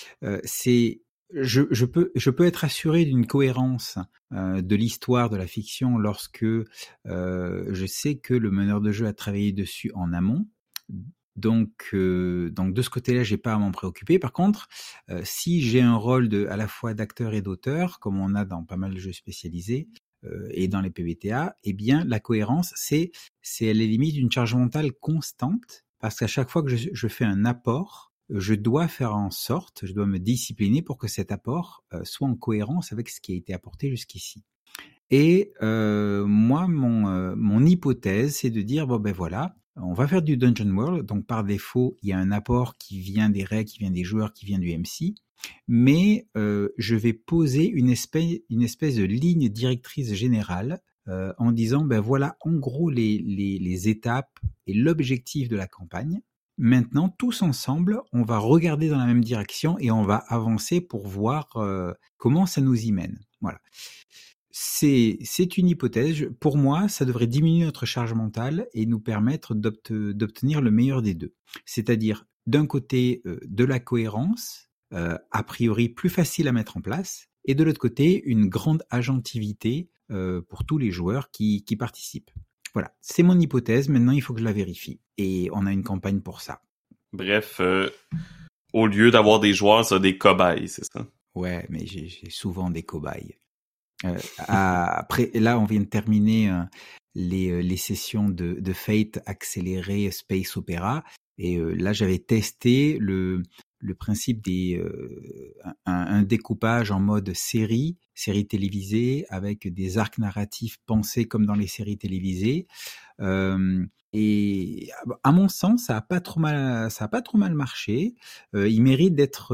je peux être assuré d'une cohérence de l'histoire de la fiction lorsque je sais que le meneur de jeu a travaillé dessus en amont. Donc de ce côté-là, j'ai pas à m'en préoccuper. Par contre, si j'ai un rôle à la fois d'acteur et d'auteur, comme on a dans pas mal de jeux spécialisés et dans les PBTA, eh bien la cohérence, c'est à la limite une charge mentale constante, parce qu'à chaque fois que je fais un apport, je dois faire en sorte, je dois me discipliner pour que cet apport soit en cohérence avec ce qui a été apporté jusqu'ici. Et moi, mon hypothèse, c'est de dire voilà. On va faire du Dungeon World, donc par défaut, il y a un apport qui vient des règles, qui vient des joueurs, qui vient du MC, mais je vais poser une espèce de ligne directrice générale en disant, voilà, en gros, les étapes et l'objectif de la campagne. Maintenant, tous ensemble, on va regarder dans la même direction et on va avancer pour voir comment ça nous y mène. Voilà. c'est une hypothèse. Pour moi, ça devrait diminuer notre charge mentale et nous permettre d'obtenir le meilleur des deux. C'est-à-dire, d'un côté, de la cohérence, a priori plus facile à mettre en place, et de l'autre côté, une grande agentivité pour tous les joueurs qui participent. Voilà, c'est mon hypothèse. Maintenant, il faut que je la vérifie. Et on a une campagne pour ça. Bref, au lieu d'avoir des joueurs, ça a des cobayes, c'est ça? Ouais, mais j'ai souvent des cobayes. Après, là, on vient de terminer les sessions de Fate accéléré Space Opera, et là, j'avais testé le principe un découpage en mode série télévisée avec des arcs narratifs pensés comme dans les séries télévisées. Et à mon sens, ça a pas trop mal marché. Il mérite d'être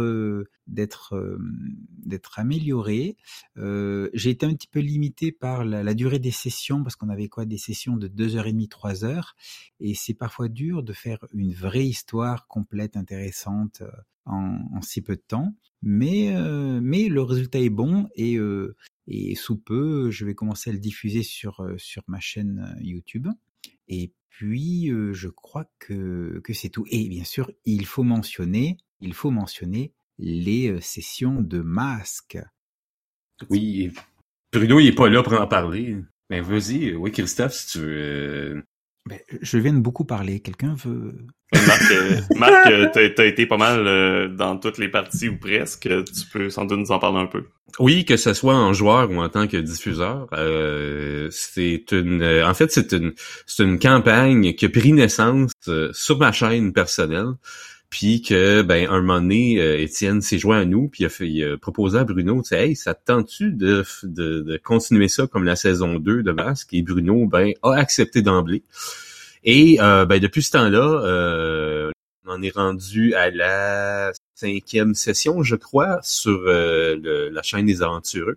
amélioré. J'ai été un petit peu limité par la durée des sessions, parce qu'on avait des sessions de 2h30, 3h, et c'est parfois dur de faire une vraie histoire complète, intéressante en si peu de temps. Mais le résultat est bon, et sous peu, je vais commencer à le diffuser sur ma chaîne YouTube. Et puis, je crois que c'est tout. Et bien sûr, il faut mentionner les sessions de masques. Oui, Bruno, il est pas là pour en parler. Mais vas-y, oui, Christophe, si tu veux... Je viens de beaucoup parler. Quelqu'un veut... Marc, t'as été pas mal dans toutes les parties ou presque. Tu peux sans doute nous en parler un peu. Oui, que ce soit en joueur ou en tant que diffuseur, c'est une campagne qui a pris naissance sur ma chaîne personnelle, puis que un moment donné, Étienne s'est joint à nous, puis il a proposé à Bruno, tu sais, hey, ça te tente-tu de continuer ça comme la saison 2 de Masque? Et Bruno a accepté d'emblée. Et depuis ce temps-là, on en est rendu à la 5e session, je crois, sur la chaîne des Aventureux.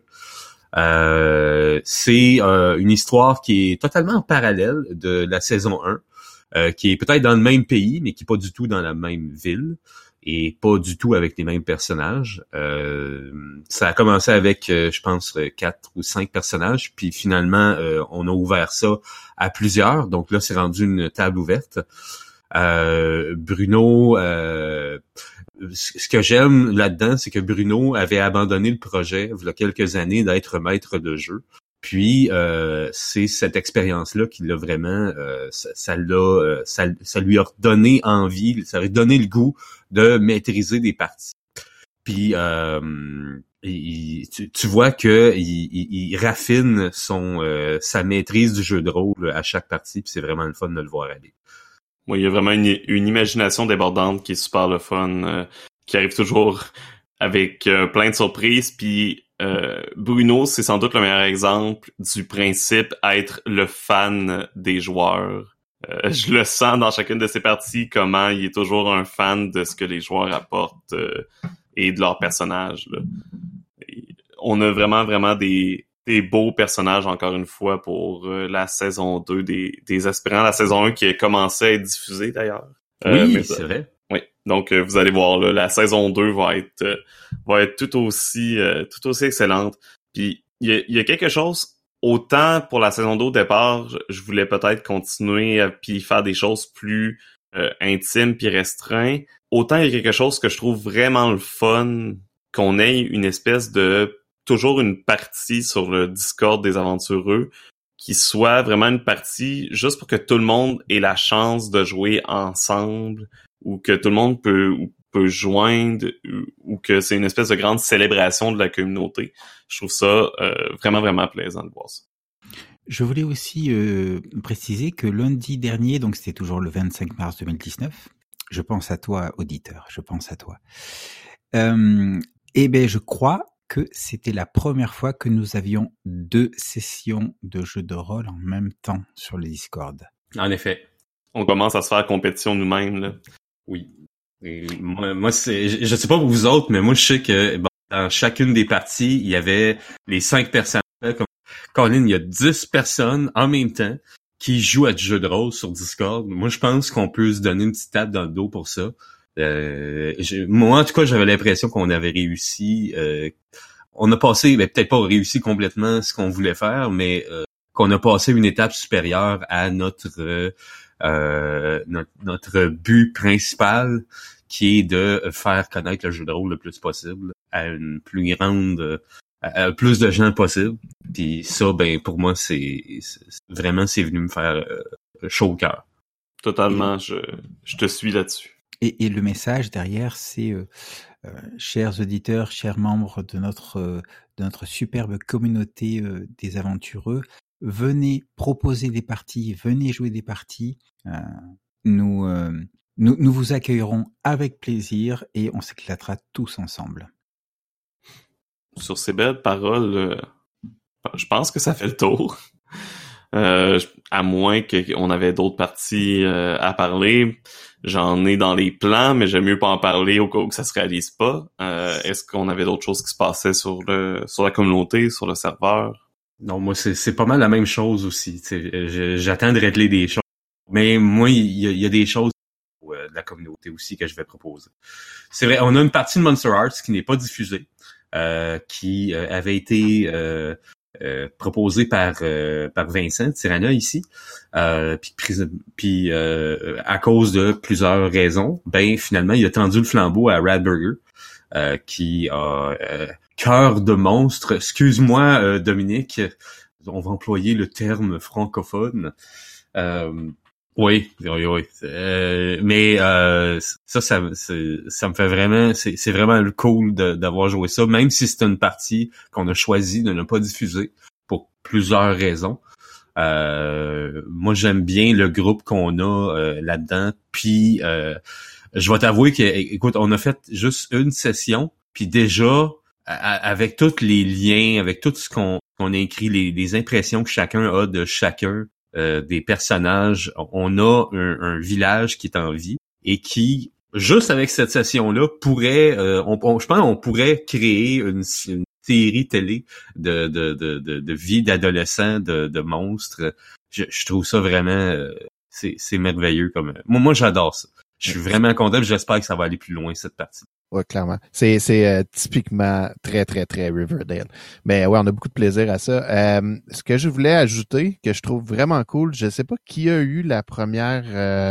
C'est une histoire qui est totalement parallèle de la saison 1, qui est peut-être dans le même pays, mais qui est pas du tout dans la même ville, et pas du tout avec les mêmes personnages. Ça a commencé avec, je pense, 4 ou 5 personnages, puis finalement, on a ouvert ça à plusieurs. Donc là, c'est rendu une table ouverte. Bruno, ce que j'aime là-dedans, c'est que Bruno avait abandonné le projet il y a quelques années d'être maître de jeu. Puis c'est cette expérience-là qui l'a vraiment, ça lui a donné envie, ça lui a donné le goût de maîtriser des parties. Puis tu vois que il raffine sa maîtrise du jeu de rôle à chaque partie, puis c'est vraiment le fun de le voir aller. Oui, il y a vraiment une imagination débordante qui est super le fun, qui arrive toujours avec plein de surprises. Puis Bruno, c'est sans doute le meilleur exemple du principe être le fan des joueurs. Je le sens dans chacune de ses parties, comment il est toujours un fan de ce que les joueurs apportent et de leurs personnages, là. On a vraiment des beaux personnages, encore une fois, pour la saison 2 des aspirants. La saison 1 qui a commencé à être diffusée, d'ailleurs. Oui, c'est vrai. Oui, donc vous allez voir, là, la saison 2 va être tout aussi excellente. Puis il y a quelque chose, autant pour la saison 2 au départ, je voulais peut-être continuer à puis faire des choses plus intimes puis restreintes. Autant il y a quelque chose que je trouve vraiment le fun, qu'on ait une espèce de toujours une partie sur le Discord des aventureux qui soit vraiment une partie juste pour que tout le monde ait la chance de jouer ensemble, ou que tout le monde peut joindre, ou que c'est une espèce de grande célébration de la communauté. Je trouve ça vraiment plaisant de voir ça. Je voulais aussi préciser que lundi dernier, donc c'était toujours le 25 mars 2019, je pense à toi, auditeur, je pense à toi. Je crois que c'était la première fois que nous avions 2 sessions de jeux de rôle en même temps sur le Discord. En effet. On commence à se faire compétition nous-mêmes, là. Oui. Et moi je sais pas pour vous autres, mais moi je sais que dans chacune des parties, il y avait les 5 personnes. Comme Colin, il y a 10 personnes en même temps qui jouent à du jeu de rôle sur Discord. Moi, je pense qu'on peut se donner une petite tape dans le dos pour ça. Moi, en tout cas, j'avais l'impression qu'on avait réussi. on a passé, peut-être pas réussi complètement ce qu'on voulait faire, mais qu'on a passé une étape supérieure à notre but principal, qui est de faire connaître le jeu de rôle le plus possible à une plus grande, à plus de gens possible. Puis ça, pour moi, c'est venu me faire chaud au cœur. Totalement, je te suis là-dessus. Et le message derrière, c'est chers auditeurs, chers membres de notre superbe communauté des aventureux, venez proposer des parties, venez jouer des parties. Nous vous accueillerons avec plaisir et on s'éclatera tous ensemble. Sur ces belles paroles, je pense que ça fait le tour. À moins qu'on avait d'autres parties à parler. J'en ai dans les plans, mais j'aime mieux pas en parler au cas où ça se réalise pas. Est-ce qu'on avait d'autres choses qui se passaient sur la communauté, sur le serveur? Non, moi c'est pas mal la même chose aussi. J'attends de régler des choses. Mais moi, il y a des choses de la communauté aussi que je vais proposer. C'est vrai, on a une partie de Monster Hearts qui n'est pas diffusée, qui avait été proposé par Vincent Tirana ici, puis à cause de plusieurs raisons, finalement il a tendu le flambeau à Radburger, qui a cœur de monstre. Excuse-moi Dominique, on va employer le terme francophone. Oui. Mais ça me fait vraiment, c'est vraiment cool d'avoir joué ça, même si c'est une partie qu'on a choisi de ne pas diffuser pour plusieurs raisons. Moi, j'aime bien le groupe qu'on a là-dedans. Puis, je vais t'avouer que, écoute, on a fait juste une session, puis déjà, avec tous les liens, avec tout ce qu'on a écrit, les impressions que chacun a de chacun, des personnages, on a un village qui est en vie et qui, juste avec cette session-là, pourrait, je pense qu'on pourrait créer une série télé de vie d'adolescents, de monstres. Je trouve ça vraiment, c'est merveilleux comme. Moi, j'adore ça. Je suis vraiment content. J'espère que ça va aller plus loin cette partie. Ouais, clairement. C'est typiquement très, très, très Riverdale. Mais ouais, on a beaucoup de plaisir à ça. Ce que je voulais ajouter, que je trouve vraiment cool, je sais pas qui a eu la première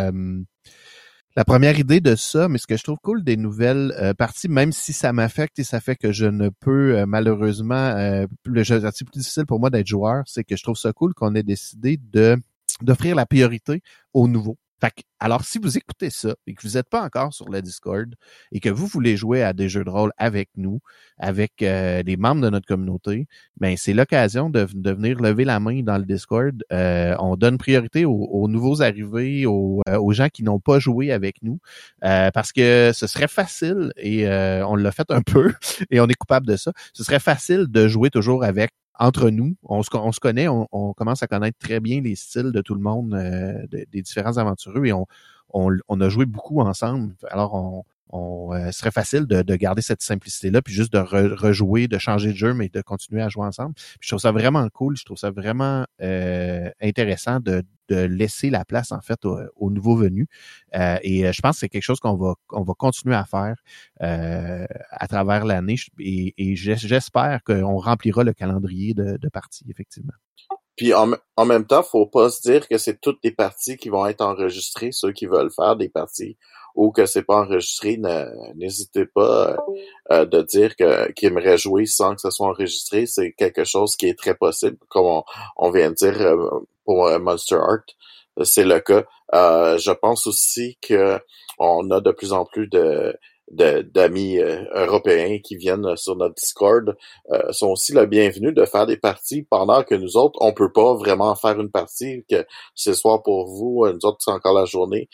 idée de ça, mais ce que je trouve cool des nouvelles parties, même si ça m'affecte et ça fait que je ne peux malheureusement, c'est plus difficile pour moi d'être joueur, c'est que je trouve ça cool qu'on ait décidé d'offrir la priorité aux nouveaux. Alors, si vous écoutez ça et que vous n'êtes pas encore sur le Discord et que vous voulez jouer à des jeux de rôle avec nous, avec les membres de notre communauté, c'est l'occasion de venir lever la main dans le Discord. On donne priorité aux nouveaux arrivés, aux gens qui n'ont pas joué avec nous, parce que ce serait facile, et on l'a fait un peu, et on est coupable de ça, ce serait facile de jouer toujours avec entre nous, on se connaît, on commence à connaître très bien les styles de tout le monde, des différents aventureux, et on a joué beaucoup ensemble. Alors, serait facile de garder cette simplicité-là, puis juste de rejouer, de changer de jeu, mais de continuer à jouer ensemble. Puis je trouve ça vraiment cool, je trouve ça vraiment intéressant de laisser la place, en fait, aux nouveaux venus. Et je pense que c'est quelque chose qu'on va continuer à faire à travers l'année, et j'espère qu'on remplira le calendrier de parties, effectivement. Puis en même temps, faut pas se dire que c'est toutes les parties qui vont être enregistrées, ceux qui veulent faire des parties, ou que c'est pas enregistré, n'hésitez pas de dire qu'ils aimeraient jouer sans que ce soit enregistré. C'est quelque chose qui est très possible, comme on vient de dire pour Monster Hearts, c'est le cas. Je pense aussi que on a de plus en plus d'amis européens qui viennent sur notre Discord, sont aussi le bienvenu de faire des parties pendant que nous autres, on peut pas vraiment faire une partie, que c'est soir pour vous, nous autres c'est encore la journée.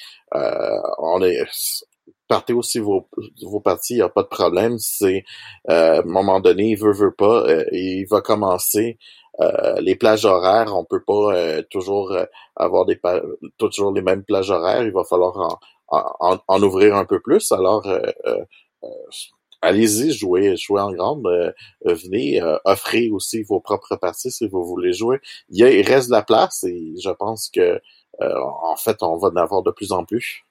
Partez aussi vos parties, il n'y a pas de problème. C'est à un moment donné, veut pas, il va commencer les plages horaires. On peut pas toujours avoir toujours les mêmes plages horaires. Il va falloir en ouvrir un peu plus. Alors allez-y, jouez en grande. Venez, offrez aussi vos propres parties si vous voulez jouer. Il reste de la place, et je pense que en fait, on va en avoir de plus en plus.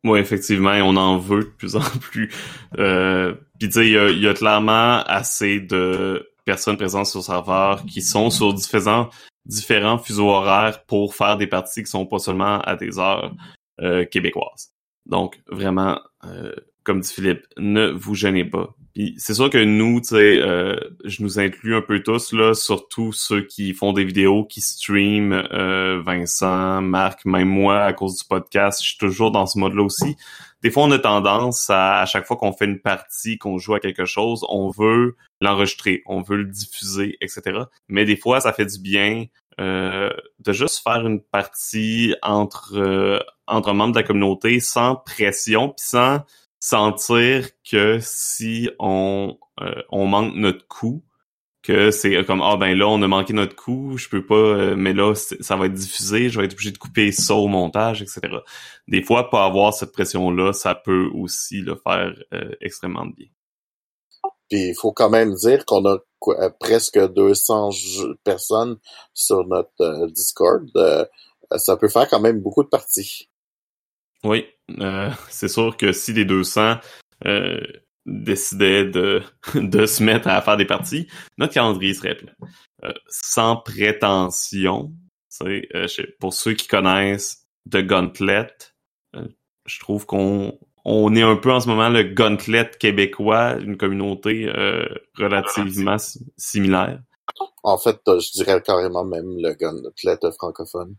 Oui, effectivement, on en veut de plus en plus. Puis tu sais, il y a clairement assez de personnes présentes sur le serveur qui sont sur différents fuseaux horaires pour faire des parties qui sont pas seulement à des heures québécoises. Donc, vraiment, comme dit Philippe, ne vous gênez pas. Puis c'est sûr que nous, tu sais, je nous inclus un peu tous, là, surtout ceux qui font des vidéos, qui streament, Vincent, Marc, même moi, à cause du podcast, je suis toujours dans ce mode-là aussi. Des fois, on a tendance à chaque fois qu'on fait une partie, qu'on joue à quelque chose, on veut l'enregistrer, on veut le diffuser, etc. Mais des fois, ça fait du bien de juste faire une partie entre membres de la communauté sans pression, puis sans sentir que si on manque notre coup, que c'est comme ben là on a manqué notre coup, je peux pas, mais là ça va être diffusé, je vais être obligé de couper ça au montage, etc. Des fois, pas avoir cette pression-là, ça peut aussi le faire extrêmement bien. Puis il faut quand même dire qu'on a presque 200 personnes sur notre Discord. Ça peut faire quand même beaucoup de parties. Oui, c'est sûr que si les 200 décidaient de se mettre à faire des parties, notre calendrier serait plein. Sans prétention, pour ceux qui connaissent The Gauntlet, je trouve qu'on est un peu en ce moment le Gauntlet québécois, une communauté relativement similaire. En fait, je dirais carrément même le Gauntlet francophone.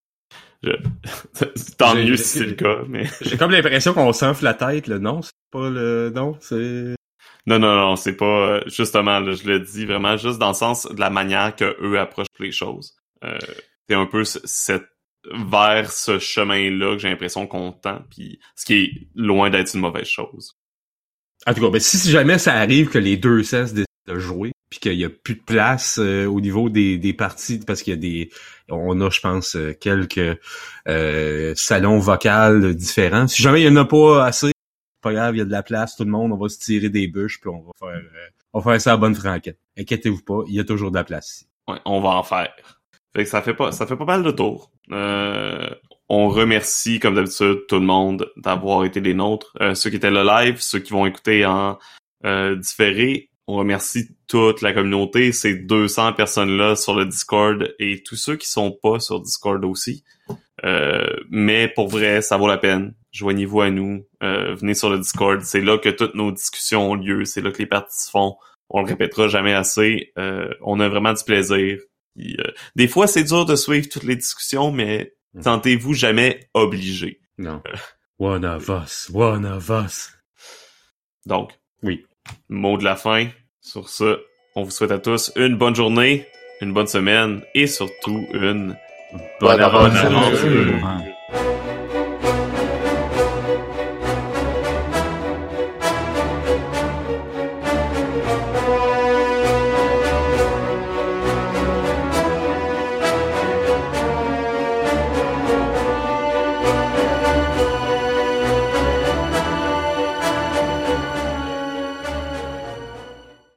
Tant mieux si c'est le cas, mais... J'ai comme l'impression qu'on s'enfle la tête, là. Non, c'est pas le... Non, c'est... Non, c'est pas... justement, là, je le dis vraiment juste dans le sens de la manière que eux approchent les choses. C'est un peu vers ce chemin-là que j'ai l'impression qu'on tend, puis ce qui est loin d'être une mauvaise chose. En tout cas, ben, si jamais ça arrive que les deux sens décident de jouer, puis qu'il y a plus de place au niveau des parties, parce qu'il y a on a, je pense, quelques salons vocaux différents. Si jamais il y en a pas assez, pas grave, il y a de la place, tout le monde, on va se tirer des bûches, puis on va faire ça à bonne franquette. Inquiétez-vous pas, il y a toujours de la place ici. Ouais, on va en faire. Fait que ça fait pas mal de tours. On remercie, comme d'habitude, tout le monde d'avoir été des nôtres. Ceux qui étaient là live, ceux qui vont écouter en différé. On remercie toute la communauté, ces 200 personnes-là sur le Discord et tous ceux qui sont pas sur Discord aussi. Mais pour vrai, ça vaut la peine. Joignez-vous à nous. Venez sur le Discord. C'est là que toutes nos discussions ont lieu. C'est là que les parties se font. On le répétera jamais assez. On a vraiment du plaisir. Puis, des fois, c'est dur de suivre toutes les discussions, mais sentez-vous jamais obligé. Non. One of us. Donc, oui. Mot de la fin. Sur ce, on vous souhaite à tous une bonne journée, une bonne semaine et surtout une bonne aventure.